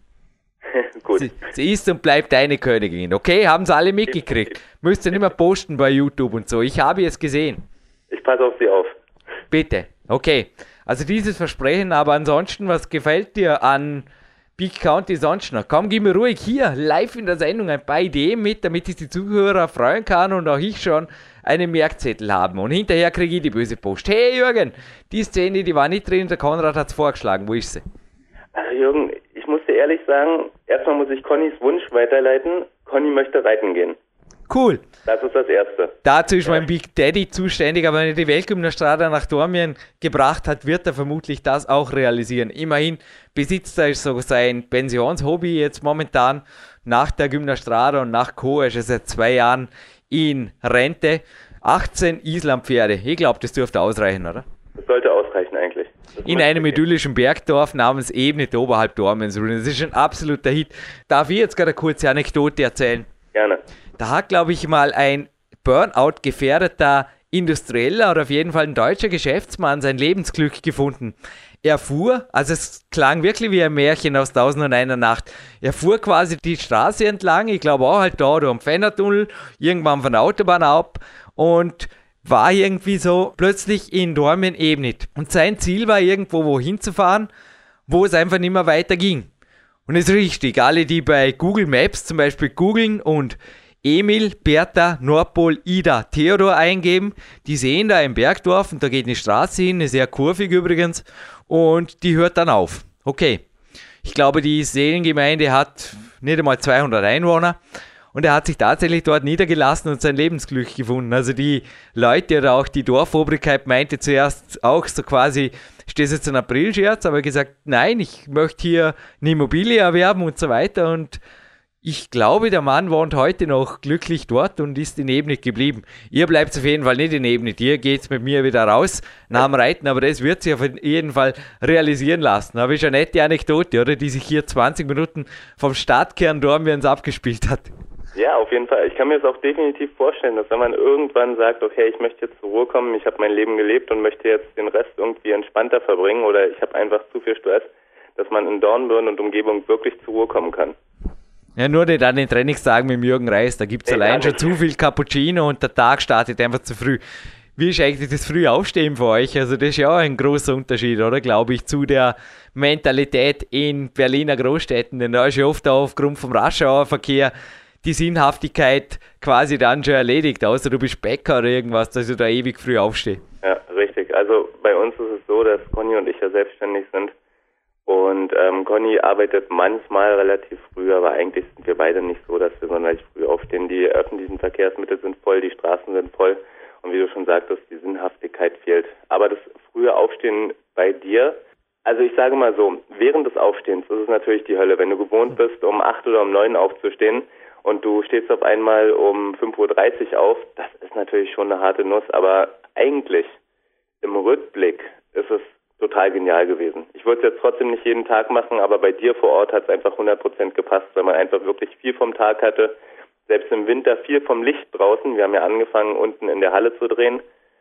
Speaker 3: Gut.
Speaker 2: Sie ist und bleibt deine Königin, okay? Haben sie alle mitgekriegt. Müsst ihr nicht mehr posten bei YouTube und so. Ich habe es gesehen.
Speaker 3: Ich passe auf Sie auf.
Speaker 2: Bitte, okay. Also dieses Versprechen, aber ansonsten, was gefällt dir an Peak County sonst noch? Komm, gib mir ruhig hier live in der Sendung ein paar Ideen mit, damit ich die Zuhörer freuen kann und auch ich schon einen Merkzettel haben. Und hinterher kriege ich die böse Post. Hey Jürgen, die Szene, die war nicht drin, der Konrad hat es vorgeschlagen. Wo ist sie?
Speaker 3: Also Jürgen, ich muss dir ehrlich sagen, erstmal muss ich Connys Wunsch weiterleiten. Conny möchte reiten gehen.
Speaker 2: Cool.
Speaker 3: Das ist das Erste.
Speaker 2: Dazu ist mein Big Daddy zuständig, aber wenn er die Weltgymnastrada nach Dornbirn gebracht hat, wird er vermutlich das auch realisieren. Immerhin besitzt er so sein Pensionshobby jetzt momentan nach der Gymnastrada und nach Co. Er ist seit 2 Jahren in Rente. 18 Islandpferde. Ich glaube, das dürfte ausreichen, oder?
Speaker 3: Das sollte ausreichen eigentlich.
Speaker 2: In einem idyllischen Bergdorf namens Ebnet oberhalb Dornbirns. Das ist ein absoluter Hit. Darf ich jetzt gerade eine kurze Anekdote erzählen?
Speaker 3: Gerne.
Speaker 2: Da hat, glaube ich, mal ein Burnout gefährdeter Industrieller oder auf jeden Fall ein deutscher Geschäftsmann sein Lebensglück gefunden. er fuhr, also es klang wirklich wie ein Märchen aus 1001 Nacht, er fuhr quasi die Straße entlang, ich glaube auch halt da am Fennertunnel, irgendwann von der Autobahn ab und war irgendwie so plötzlich in Dornbirn-Ebnit. Und sein Ziel war irgendwo wohin zu fahren, wo es einfach nicht mehr weiter ging. Und das ist richtig, alle die bei Google Maps zum Beispiel googeln und Emil, Bertha, Nordpol, Ida, Theodor eingeben, die sehen da ein Bergdorf und da geht eine Straße hin, eine sehr kurvig übrigens, und die hört dann auf. Okay, ich glaube die Seelengemeinde hat nicht einmal 200 Einwohner und er hat sich tatsächlich dort niedergelassen und sein Lebensglück gefunden. Also die Leute oder auch die Dorfobrigkeit meinte zuerst auch so quasi, ist das jetzt ein Aprilscherz, aber gesagt, nein, ich möchte hier eine Immobilie erwerben und so weiter und ich glaube, der Mann wohnt heute noch glücklich dort und ist in Ebnit geblieben. Ihr bleibt auf jeden Fall nicht in Ebnit. Ihr geht mit mir wieder raus nach dem Reiten, aber das wird sich auf jeden Fall realisieren lassen. Aber ist eine nette Anekdote, oder? Die sich hier 20 Minuten vom Stadtkern Dornbirns abgespielt hat.
Speaker 3: Ja, auf jeden Fall. Ich kann mir das auch definitiv vorstellen, dass wenn man irgendwann sagt, okay, ich möchte jetzt zur Ruhe kommen, ich habe mein Leben gelebt und möchte jetzt den Rest irgendwie entspannter verbringen oder ich habe einfach zu viel Stress, dass man in Dornbirn und Umgebung wirklich zur Ruhe kommen kann.
Speaker 2: Ja, nur nicht an den Trainingstagen mit Jürgen Reis, da gibt es allein schon zu viel Cappuccino und der Tag startet einfach zu früh. Wie ist eigentlich das Frühaufstehen für euch? Also das ist ja auch ein großer Unterschied, oder? Glaube ich, zu der Mentalität in Berliner Großstädten, denn da ist ja oft auch aufgrund vom Raschauer Verkehr die Sinnhaftigkeit quasi dann schon erledigt, außer du bist Bäcker oder irgendwas, dass du da ewig früh aufstehst.
Speaker 3: Ja, richtig. Also bei uns ist es so, dass Conny und ich ja selbstständig sind. Und Conny arbeitet manchmal relativ früh, aber eigentlich sind wir beide nicht so, dass wir sonderlich früh aufstehen. Die öffentlichen Verkehrsmittel sind voll, die Straßen sind voll und wie du schon sagtest, die Sinnhaftigkeit fehlt. Aber das frühe Aufstehen bei dir, also ich sage mal so, während des Aufstehens ist es natürlich die Hölle. Wenn du gewohnt bist, um 8 oder um 9 aufzustehen und du stehst auf einmal um 5.30 Uhr auf, das ist natürlich schon eine harte Nuss, aber eigentlich im Rückblick ist es total genial gewesen. Ich würde es jetzt trotzdem nicht jeden Tag machen, aber bei dir vor Ort hat es einfach 100% gepasst, weil man einfach wirklich viel vom Tag hatte. Selbst im Winter viel vom Licht draußen. Wir haben ja angefangen, unten in der Halle zu drehen.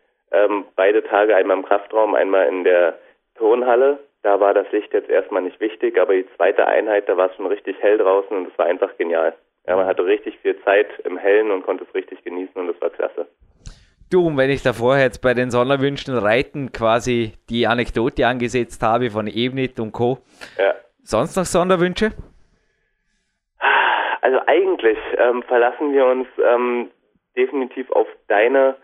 Speaker 3: Beide Tage, einmal im Kraftraum, einmal in der Turnhalle. Da war das Licht jetzt erstmal nicht wichtig, aber die zweite Einheit, da war es schon richtig hell draußen und es war einfach genial. Ja, man hatte richtig viel Zeit im Hellen und konnte es richtig genießen und es war klasse.
Speaker 2: Du, und wenn ich da vorher jetzt bei den Sonderwünschen Reiten quasi die Anekdote angesetzt habe von Ebnit und Co.
Speaker 3: Ja.
Speaker 2: Sonst noch Sonderwünsche?
Speaker 3: Also eigentlich verlassen wir uns definitiv auf deine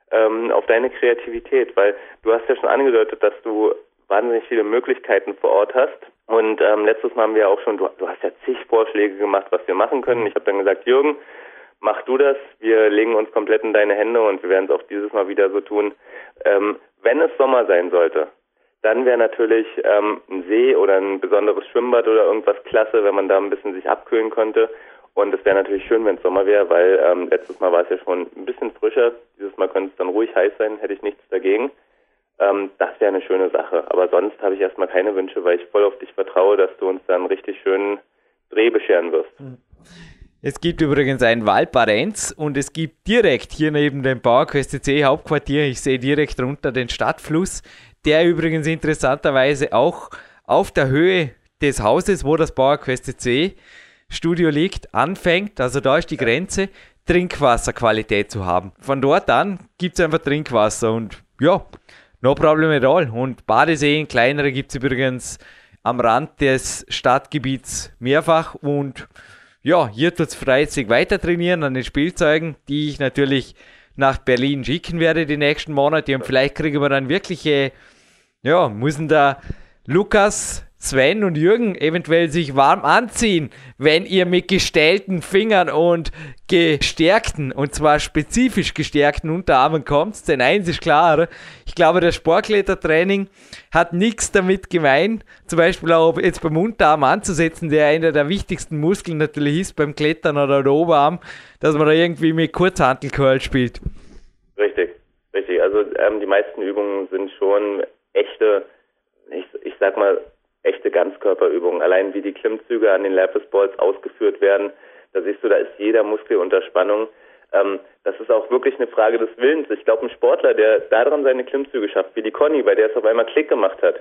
Speaker 3: Kreativität, weil du hast ja schon angedeutet, dass du wahnsinnig viele Möglichkeiten vor Ort hast. Und letztes Mal haben wir auch schon, du hast ja zig Vorschläge gemacht, was wir machen können. Ich habe dann gesagt, Jürgen, mach du das, wir legen uns komplett in deine Hände und wir werden es auch dieses Mal wieder so tun. Wenn es Sommer sein sollte, dann wäre natürlich ein See oder ein besonderes Schwimmbad oder irgendwas klasse, wenn man da ein bisschen sich abkühlen könnte. Und es wäre natürlich schön, wenn es Sommer wäre, weil letztes Mal war es ja schon ein bisschen frischer. Dieses Mal könnte es dann ruhig heiß sein, hätte ich nichts dagegen. Das wäre eine schöne Sache. Aber sonst habe ich erstmal keine Wünsche, weil ich voll auf dich vertraue, dass du uns dann einen richtig schönen Dreh bescheren wirst.
Speaker 2: Es gibt übrigens einen Waldbarenz und es gibt direkt hier neben dem PowerQuest CC Hauptquartier, ich sehe direkt runter den Stadtfluss, der übrigens interessanterweise auch auf der Höhe des Hauses, wo das PowerQuest CC Studio liegt, anfängt. Also da ist die Grenze, Trinkwasserqualität zu haben. Von dort an gibt es einfach Trinkwasser und ja, no problem at all. Und Badeseen, kleinere gibt es übrigens am Rand des Stadtgebiets mehrfach und ja, hier tut es fleißig weiter trainieren an den Spielzeugen, die ich natürlich nach Berlin schicken werde die nächsten Monate. Und vielleicht kriegen wir dann wirkliche, ja, müssen da Lukas, Sven und Jürgen eventuell sich warm anziehen, wenn ihr mit gestellten Fingern und gestärkten, und zwar spezifisch gestärkten Unterarmen kommt. Denn eins ist klar, ich glaube, das Sportklettertraining hat nichts damit gemein, zum Beispiel auch jetzt beim Unterarm anzusetzen, der einer der wichtigsten Muskeln natürlich ist beim Klettern oder der Oberarm, dass man da irgendwie mit Kurzhantelcurl spielt.
Speaker 3: Richtig. Also die meisten Übungen sind schon echte, ich sag mal, echte Ganzkörperübungen. Allein wie die Klimmzüge an den Lapis Balls ausgeführt werden, da siehst du, da ist jeder Muskel unter Spannung. Das ist auch wirklich eine Frage des Willens. Ich glaube, ein Sportler, der daran seine Klimmzüge schafft, wie die Conny, bei der es auf einmal Klick gemacht hat,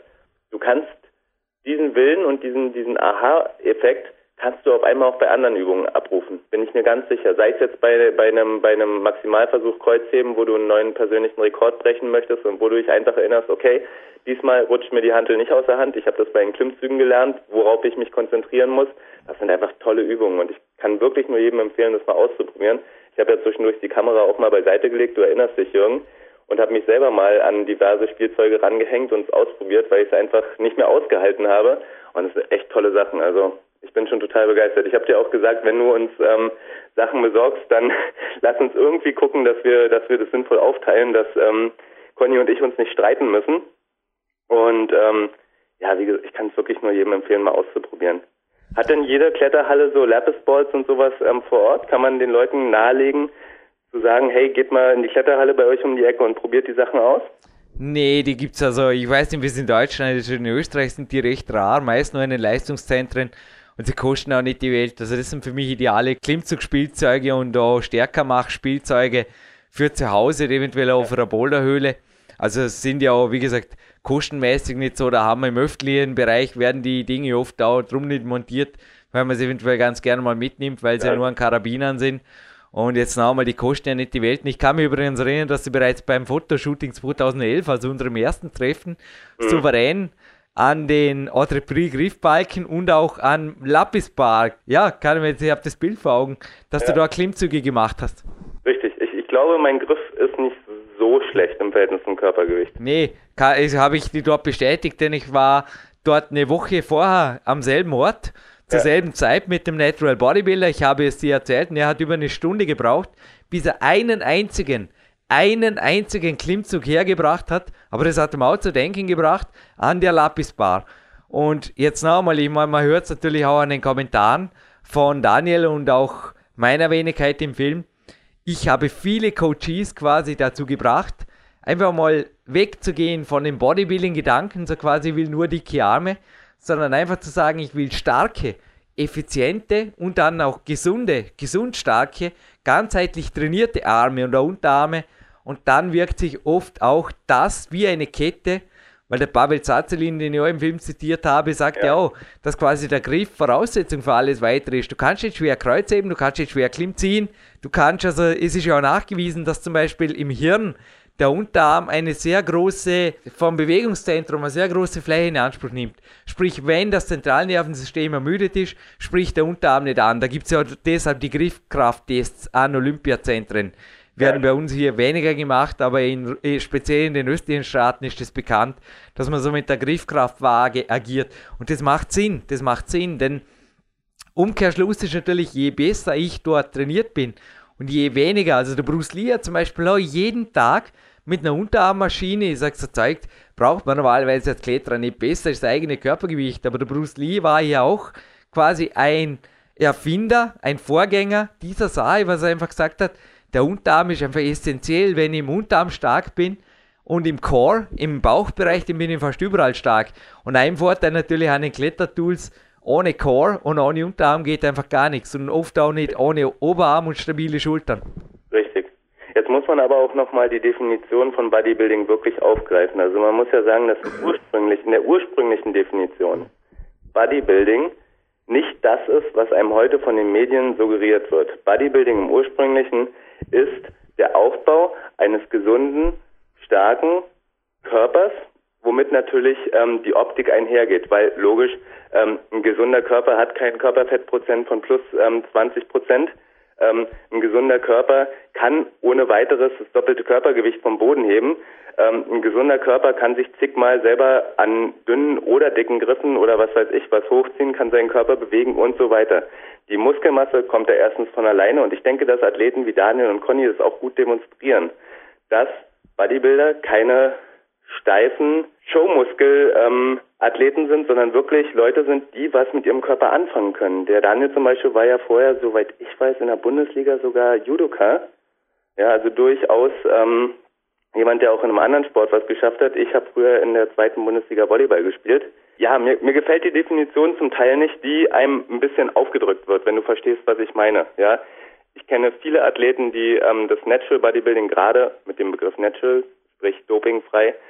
Speaker 3: du kannst diesen Willen und diesen Aha-Effekt kannst du auf einmal auch bei anderen Übungen abrufen, bin ich mir ganz sicher. Sei es jetzt bei einem Maximalversuch Kreuzheben, wo du einen neuen persönlichen Rekord brechen möchtest und wo du dich einfach erinnerst, okay, diesmal rutscht mir die Hantel nicht aus der Hand. Ich habe das bei den Klimmzügen gelernt, worauf ich mich konzentrieren muss. Das sind einfach tolle Übungen und ich kann wirklich nur jedem empfehlen, das mal auszuprobieren. Ich habe ja zwischendurch die Kamera auch mal beiseite gelegt, du erinnerst dich, Jürgen, und habe mich selber mal an diverse Spielzeuge rangehängt und es ausprobiert, weil ich es einfach nicht mehr ausgehalten habe. Und es sind echt tolle Sachen, also ich bin schon total begeistert. Ich habe dir auch gesagt, wenn du uns Sachen besorgst, dann lass uns irgendwie gucken, dass wir das sinnvoll aufteilen, dass Conny und ich uns nicht streiten müssen. Und wie gesagt, ich kann es wirklich nur jedem empfehlen, mal auszuprobieren. Hat denn jede Kletterhalle so Lapis-Balls und sowas vor Ort? Kann man den Leuten nahelegen, zu sagen, hey, geht mal in die Kletterhalle bei euch um die Ecke und probiert die Sachen aus?
Speaker 2: Nee, die gibt's also, ich weiß nicht, wie es in Deutschland ist, in Österreich sind die recht rar, meist nur in den Leistungszentren. Und sie kosten auch nicht die Welt. Also das sind für mich ideale Klimmzugspielzeuge und auch Stärkermach-Spielzeuge für zu Hause, eventuell auf einer Boulderhöhle. Also es sind ja auch, wie gesagt, kostenmäßig nicht so. Da haben wir im öffentlichen Bereich, werden die Dinge oft auch drum nicht montiert, weil man es eventuell ganz gerne mal mitnimmt, weil sie ja nur an Karabinern sind. Und jetzt noch einmal, die kosten ja nicht die Welt. Ich kann mich übrigens erinnern, dass sie bereits beim Fotoshooting 2011, also unserem ersten Treffen, souverän an den Autrepris Griffbalken und auch an Lapis-Bar. Ja, ich habe das Bild vor Augen, dass du da Klimmzüge gemacht hast.
Speaker 3: Richtig. Ich glaube, mein Griff ist nicht so schlecht im Verhältnis zum Körpergewicht.
Speaker 2: Nee, habe ich die dort bestätigt, denn ich war dort eine Woche vorher am selben Ort, zur selben Zeit mit dem Natural Bodybuilder. Ich habe es dir erzählt und er hat über eine Stunde gebraucht, bis er einen einzigen Klimmzug hergebracht hat, aber das hat ihm auch zu denken gebracht an der Lapis-Bar. Und jetzt noch einmal, man hört es natürlich auch an den Kommentaren von Daniel und auch meiner Wenigkeit im Film. Ich habe viele Coaches quasi dazu gebracht, einfach mal wegzugehen von den Bodybuilding-Gedanken, so quasi, ich will nur dicke Arme, sondern einfach zu sagen, ich will starke, effiziente und dann auch gesund starke, ganzheitlich trainierte Arme und Unterarme. Und dann wirkt sich oft auch das wie eine Kette, weil der Pavel Tsatsouline, den ich auch im Film zitiert habe, sagt ja auch, dass quasi der Griff Voraussetzung für alles Weitere ist. Du kannst nicht schwer Kreuzheben, du kannst nicht schwer Klimm ziehen, es ist ja auch nachgewiesen, dass zum Beispiel im Hirn der Unterarm vom Bewegungszentrum eine sehr große Fläche in Anspruch nimmt. Sprich, wenn das Zentralnervensystem ermüdet ist, spricht der Unterarm nicht an. Da gibt es ja deshalb die Griffkrafttests an Olympiazentren. Werden bei uns hier weniger gemacht, aber speziell in den östlichen Staaten ist es bekannt, dass man so mit der Griffkraftwaage agiert. Und das macht Sinn, denn Umkehrschluss ist natürlich, je besser ich dort trainiert bin und je weniger, also der Bruce Lee hat zum Beispiel auch jeden Tag mit einer Unterarmmaschine, ich sag's so zeigt, braucht man normalerweise als Kletterer nicht besser, ist das eigene Körpergewicht, aber der Bruce Lee war hier auch quasi ein Erfinder, ein Vorgänger dieser Sache, was er einfach gesagt hat, der Unterarm ist einfach essentiell, wenn ich im Unterarm stark bin und im Core, im Bauchbereich, dann bin ich fast überall stark. Und ein Vorteil natürlich an den Klettertools, ohne Core und ohne Unterarm geht einfach gar nichts und oft auch nicht ohne Oberarm und stabile Schultern.
Speaker 3: Richtig. Jetzt muss man aber auch nochmal die Definition von Bodybuilding wirklich aufgreifen. Also man muss ja sagen, dass in der ursprünglichen Definition Bodybuilding nicht das ist, was einem heute von den Medien suggeriert wird. Bodybuilding im Ursprünglichen ist der Aufbau eines gesunden, starken Körpers, womit natürlich die Optik einhergeht, weil logisch, ein gesunder Körper hat keinen Körperfettprozent von plus 20%. Ein gesunder Körper kann ohne weiteres das doppelte Körpergewicht vom Boden heben. Ein gesunder Körper kann sich zigmal selber an dünnen oder dicken Griffen oder was weiß ich was hochziehen, kann seinen Körper bewegen und so weiter. Die Muskelmasse kommt da erstens von alleine und ich denke, dass Athleten wie Daniel und Conny das auch gut demonstrieren, dass Bodybuilder keine steifen Showmuskel-Athleten sind, sondern wirklich Leute sind, die was mit ihrem Körper anfangen können. Der Daniel zum Beispiel war ja vorher, soweit ich weiß, in der Bundesliga sogar Judoka. Ja, also durchaus jemand, der auch in einem anderen Sport was geschafft hat. Ich habe früher in der 2. Bundesliga Volleyball gespielt. Ja, mir gefällt die Definition zum Teil nicht, die einem ein bisschen aufgedrückt wird, wenn du verstehst, was ich meine. Ja, ich kenne viele Athleten, die das Natural Bodybuilding gerade mit dem Begriff Natural, sprich dopingfrei,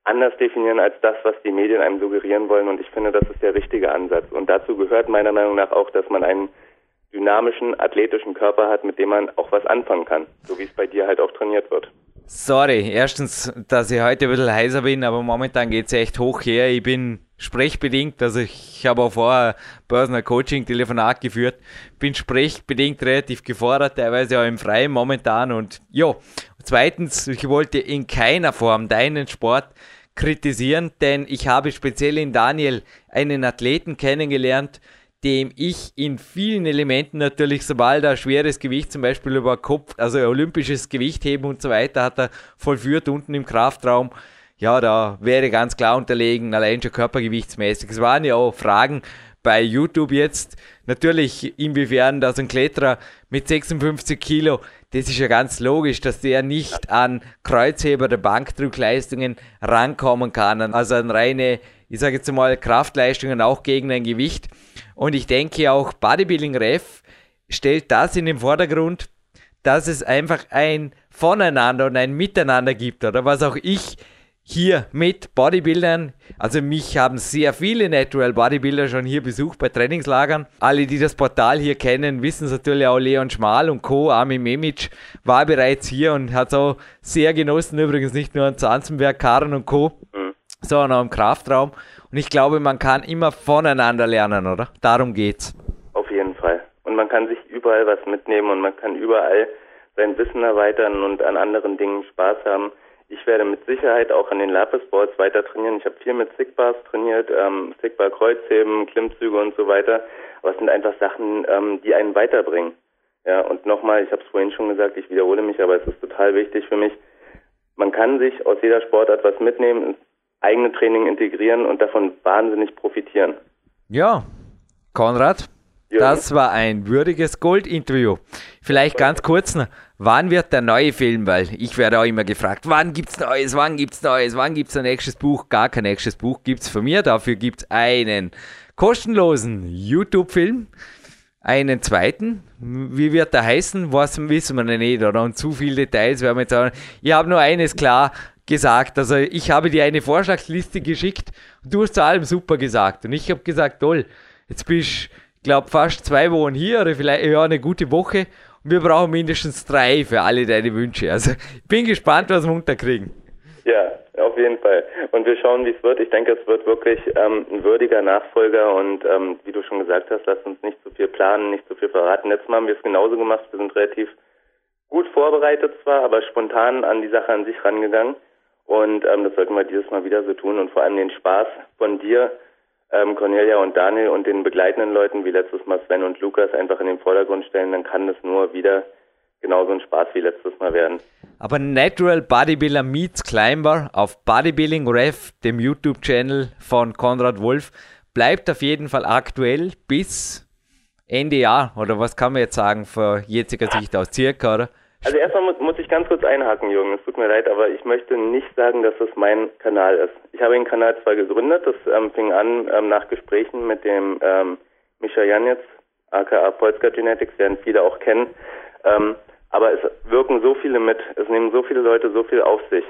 Speaker 3: anders definieren als das, was die Medien einem suggerieren wollen. Und ich finde, das ist der richtige Ansatz. Und dazu gehört meiner Meinung nach auch, dass man einen dynamischen, athletischen Körper hat, mit dem man auch was anfangen kann. So wie es bei dir halt auch trainiert wird.
Speaker 2: Sorry, erstens, dass ich heute ein bisschen heiser bin, aber momentan geht es echt hoch her. Ich bin sprechbedingt, also ich habe auch vorher Personal Coaching Telefonat geführt, bin sprechbedingt relativ gefordert, teilweise auch im Freien momentan. Und ja, zweitens, ich wollte in keiner Form deinen Sport kritisieren, denn ich habe speziell in Daniel einen Athleten kennengelernt, dem ich in vielen Elementen natürlich, sobald er schweres Gewicht zum Beispiel über Kopf, also olympisches Gewichtheben und so weiter, hat er vollführt unten im Kraftraum. Ja, da wäre ganz klar unterlegen, allein schon körpergewichtsmäßig. Es waren ja auch Fragen bei YouTube jetzt, natürlich inwiefern das ein Kletterer mit 56 Kilo, das ist ja ganz logisch, dass der nicht an Kreuzheber oder Bankdrückleistungen rankommen kann, also an reine, ich sage jetzt mal, Kraftleistungen auch gegen ein Gewicht. Und ich denke auch Bodybuilding Ref stellt das in den Vordergrund, dass es einfach ein Voneinander und ein Miteinander gibt, oder was auch ich hier mit Bodybuildern, also mich haben sehr viele Natural Bodybuilder schon hier besucht bei Trainingslagern. Alle, die das Portal hier kennen, wissen es natürlich auch. Leon Schmal und Co., Armin Memic war bereits hier und hat es auch sehr genossen, übrigens nicht nur in Zanzenberg, Karen und Co., sondern auch im Kraftraum. Und ich glaube, man kann immer voneinander lernen, oder? Darum geht's.
Speaker 3: Auf jeden Fall. Und man kann sich überall was mitnehmen und man kann überall sein Wissen erweitern und an anderen Dingen Spaß haben. Ich werde mit Sicherheit auch an den Lapis Boards weiter trainieren. Ich habe viel mit Stickbars trainiert, Stickbar Kreuzheben, Klimmzüge und so weiter. Aber es sind einfach Sachen, die einen weiterbringen. Ja, und nochmal, ich habe es vorhin schon gesagt, ich wiederhole mich, aber es ist total wichtig für mich. Man kann sich aus jeder Sportart was mitnehmen, ins eigene Training integrieren und davon wahnsinnig profitieren.
Speaker 2: Ja, Konrad, das war ein würdiges Gold-Interview. Vielleicht ganz kurz noch, wann wird der neue Film? Weil ich werde auch immer gefragt, wann gibt's Neues, wann gibt's ein nächstes Buch? Gar kein nächstes Buch gibt's von mir, dafür gibt's einen kostenlosen YouTube-Film, einen zweiten. Wie wird der heißen? Was wissen wir noch nicht, oder? Und zu viele Details werden wir jetzt sagen. Ich habe nur eines klar gesagt, also ich habe dir eine Vorschlagsliste geschickt und du hast zu allem super gesagt. Und ich habe gesagt, toll, jetzt bist du, ich glaube, fast 2 Wochen hier oder vielleicht ja, eine gute Woche und wir brauchen mindestens 3 für alle deine Wünsche. Also ich bin gespannt, was wir unterkriegen.
Speaker 3: Ja, auf jeden Fall. Und wir schauen, wie es wird. Ich denke, es wird wirklich ein würdiger Nachfolger und wie du schon gesagt hast, lass uns nicht zu viel planen, nicht zu viel verraten. Letztes Mal haben wir es genauso gemacht. Wir sind relativ gut vorbereitet zwar, aber spontan an die Sache an sich rangegangen. Und das sollten wir dieses Mal wieder so tun und vor allem den Spaß von dir, Cornelia und Daniel und den begleitenden Leuten wie letztes Mal Sven und Lukas einfach in den Vordergrund stellen, dann kann das nur wieder genauso ein Spaß wie letztes Mal werden. Aber
Speaker 2: Natural Bodybuilder meets Climber auf Bodybuilding Ref, dem YouTube-Channel von Konrad Wolf, bleibt auf jeden Fall aktuell bis Ende Jahr, oder was kann man jetzt sagen, von jetziger Sicht aus circa, oder?
Speaker 3: Also erstmal muss ich ganz kurz einhaken, Jürgen, es tut mir leid, aber ich möchte nicht sagen, dass das mein Kanal ist. Ich habe den Kanal zwar gegründet, das fing an nach Gesprächen mit dem Mischa Janitz, aka Polska Genetics, werden viele auch kennen, aber es wirken so viele mit, es nehmen so viele Leute so viel auf sich.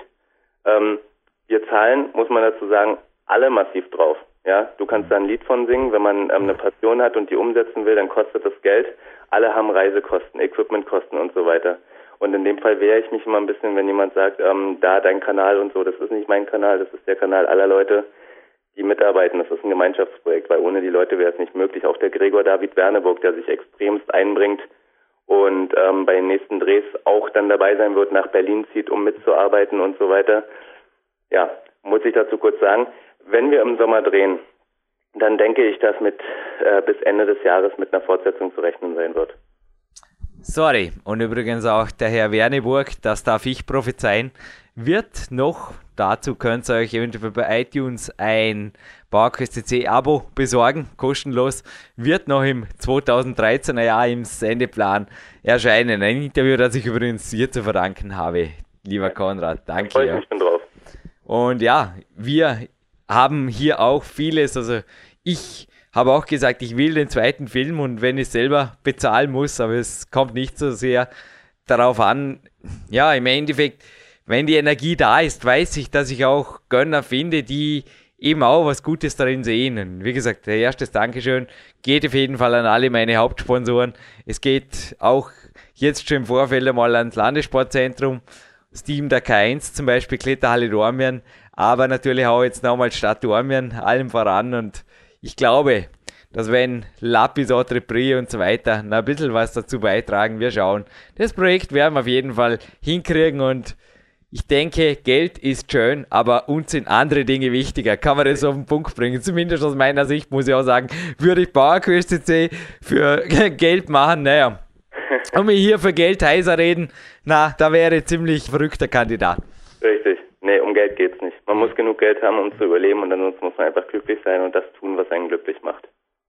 Speaker 3: Wir zahlen, muss man dazu sagen, alle massiv drauf. Ja, du kannst da ein Lied von singen, wenn man eine Passion hat und die umsetzen will, dann kostet das Geld. Alle haben Reisekosten, Equipmentkosten und so weiter. Und in dem Fall wehre ich mich immer ein bisschen, wenn jemand sagt, da dein Kanal und so, das ist nicht mein Kanal, das ist der Kanal aller Leute, die mitarbeiten. Das ist ein Gemeinschaftsprojekt, weil ohne die Leute wäre es nicht möglich. Auch der Gregor David Werneburg, der sich extremst einbringt und bei den nächsten Drehs auch dann dabei sein wird, nach Berlin zieht, um mitzuarbeiten und so weiter. Ja, muss ich dazu kurz sagen, wenn wir im Sommer drehen, dann denke ich, dass bis Ende des Jahres mit einer Fortsetzung zu rechnen sein wird.
Speaker 2: Sorry, und übrigens auch der Herr Werneburg, das darf ich prophezeien, wird noch, dazu könnt ihr euch eventuell bei iTunes ein PowerQuest CC Abo besorgen, kostenlos, wird noch im 2013er Jahr im Sendeplan erscheinen. Ein Interview, das ich übrigens dir zu verdanken habe, lieber Konrad. Danke.
Speaker 3: Ich bin drauf.
Speaker 2: Und ja, wir haben hier auch vieles, also ich habe auch gesagt, ich will den zweiten Film und wenn ich selber bezahlen muss, aber es kommt nicht so sehr darauf an, ja, im Endeffekt wenn die Energie da ist, weiß ich, dass ich auch Gönner finde, die eben auch was Gutes darin sehen. Und wie gesagt, der erste Dankeschön geht auf jeden Fall an alle meine Hauptsponsoren. Es geht auch jetzt schon im Vorfeld einmal ans Landessportzentrum, das Team der K1 zum Beispiel, Kletterhalle Dornbirn, aber natürlich auch jetzt nochmal Stadt Dornbirn, allem voran. Und ich glaube, dass wenn Lapis, Autrepris und so weiter noch ein bisschen was dazu beitragen, wir schauen. Das Projekt werden wir auf jeden Fall hinkriegen und ich denke, Geld ist schön, aber uns sind andere Dinge wichtiger. Kann man das auf den Punkt bringen? Zumindest aus meiner Sicht muss ich auch sagen, würde ich PowerQuest CC für Geld machen, naja. Und mir hier für Geld heißer reden, da wäre ziemlich verrückter Kandidat.
Speaker 3: Richtig. Nee, um Geld geht's nicht. Man muss genug Geld haben, um zu überleben und ansonsten muss man einfach glücklich sein und das tun, was einen glücklich macht.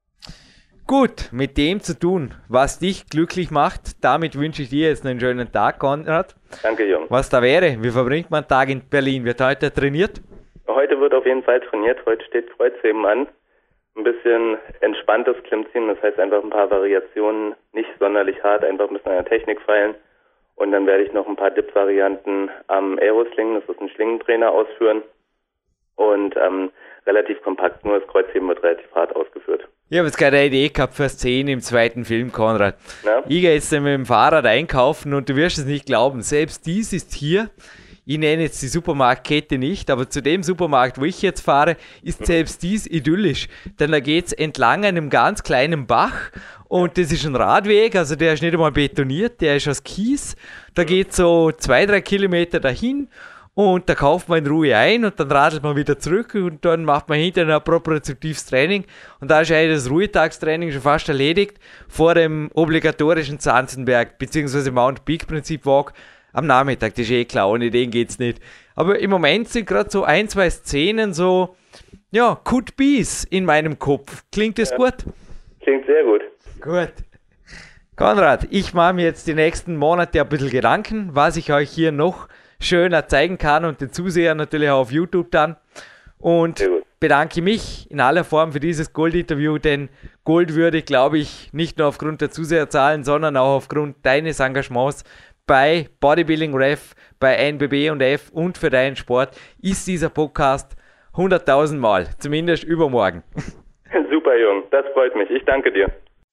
Speaker 2: Gut, mit dem zu tun, was dich glücklich macht, damit wünsche ich dir jetzt einen schönen Tag, Konrad.
Speaker 3: Danke, Jung.
Speaker 2: Was da wäre, wie verbringt man einen Tag in Berlin? Wird heute trainiert?
Speaker 3: Heute wird auf jeden Fall trainiert. Heute steht Kreuzheben an. Ein bisschen entspanntes Klimmziehen, das heißt einfach ein paar Variationen, nicht sonderlich hart, einfach ein bisschen an der Technik feilen. Und dann werde ich noch ein paar Dip-Varianten am Aerosling, das ist ein Schlingentrainer, ausführen. Und relativ kompakt, nur das Kreuzheben wird relativ hart ausgeführt.
Speaker 2: Ich habe jetzt gerade eine Idee gehabt für Szene im zweiten Film, Konrad.
Speaker 3: Na?
Speaker 2: Ich gehe jetzt mit dem Fahrrad einkaufen und du wirst es nicht glauben, selbst dies ist hier, ich nenne jetzt die Supermarktkette nicht, aber zu dem Supermarkt, wo ich jetzt fahre, ist selbst dies idyllisch. Denn da geht es entlang einem ganz kleinen Bach und das ist ein Radweg, also der ist nicht einmal betoniert, der ist aus Kies. Da geht so 2-3 Kilometer dahin. Und da kauft man in Ruhe ein und dann radelt man wieder zurück und dann macht man hinterher ein propriozeptives Training. Und da ist eigentlich das Ruhetagstraining schon fast erledigt vor dem obligatorischen Zanzenberg bzw. Mount Peak Prinzip Walk am Nachmittag. Das ist eh klar, ohne den geht's nicht. Aber im Moment sind gerade so 1-2 Szenen so, ja, could be's in meinem Kopf. Klingt das gut?
Speaker 3: Klingt sehr gut.
Speaker 2: Gut. Konrad, ich mache mir jetzt die nächsten Monate ein bisschen Gedanken, was ich euch hier noch schöner zeigen kann und den Zusehern natürlich auch auf YouTube dann. Und bedanke mich in aller Form für dieses Gold-Interview, denn Gold würde, glaube ich, nicht nur aufgrund der Zuseherzahlen, sondern auch aufgrund deines Engagements bei Bodybuilding Ref, bei NBB und F und für deinen Sport ist dieser Podcast 100.000 Mal, zumindest übermorgen.
Speaker 3: Super, Jung, das freut mich. Ich danke dir.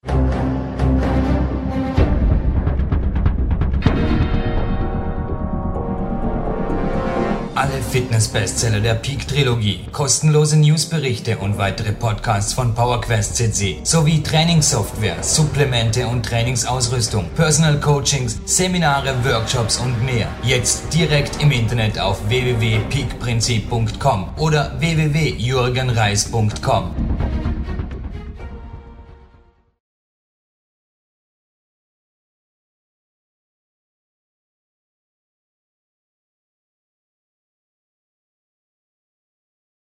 Speaker 1: Alle Fitness-Bestseller der Peak-Trilogie, kostenlose Newsberichte und weitere Podcasts von PowerQuest CC sowie Trainingssoftware, Supplemente und Trainingsausrüstung, Personal Coachings, Seminare, Workshops und mehr. Jetzt direkt im Internet auf www.peakprinzip.com oder www.jürgenreis.com.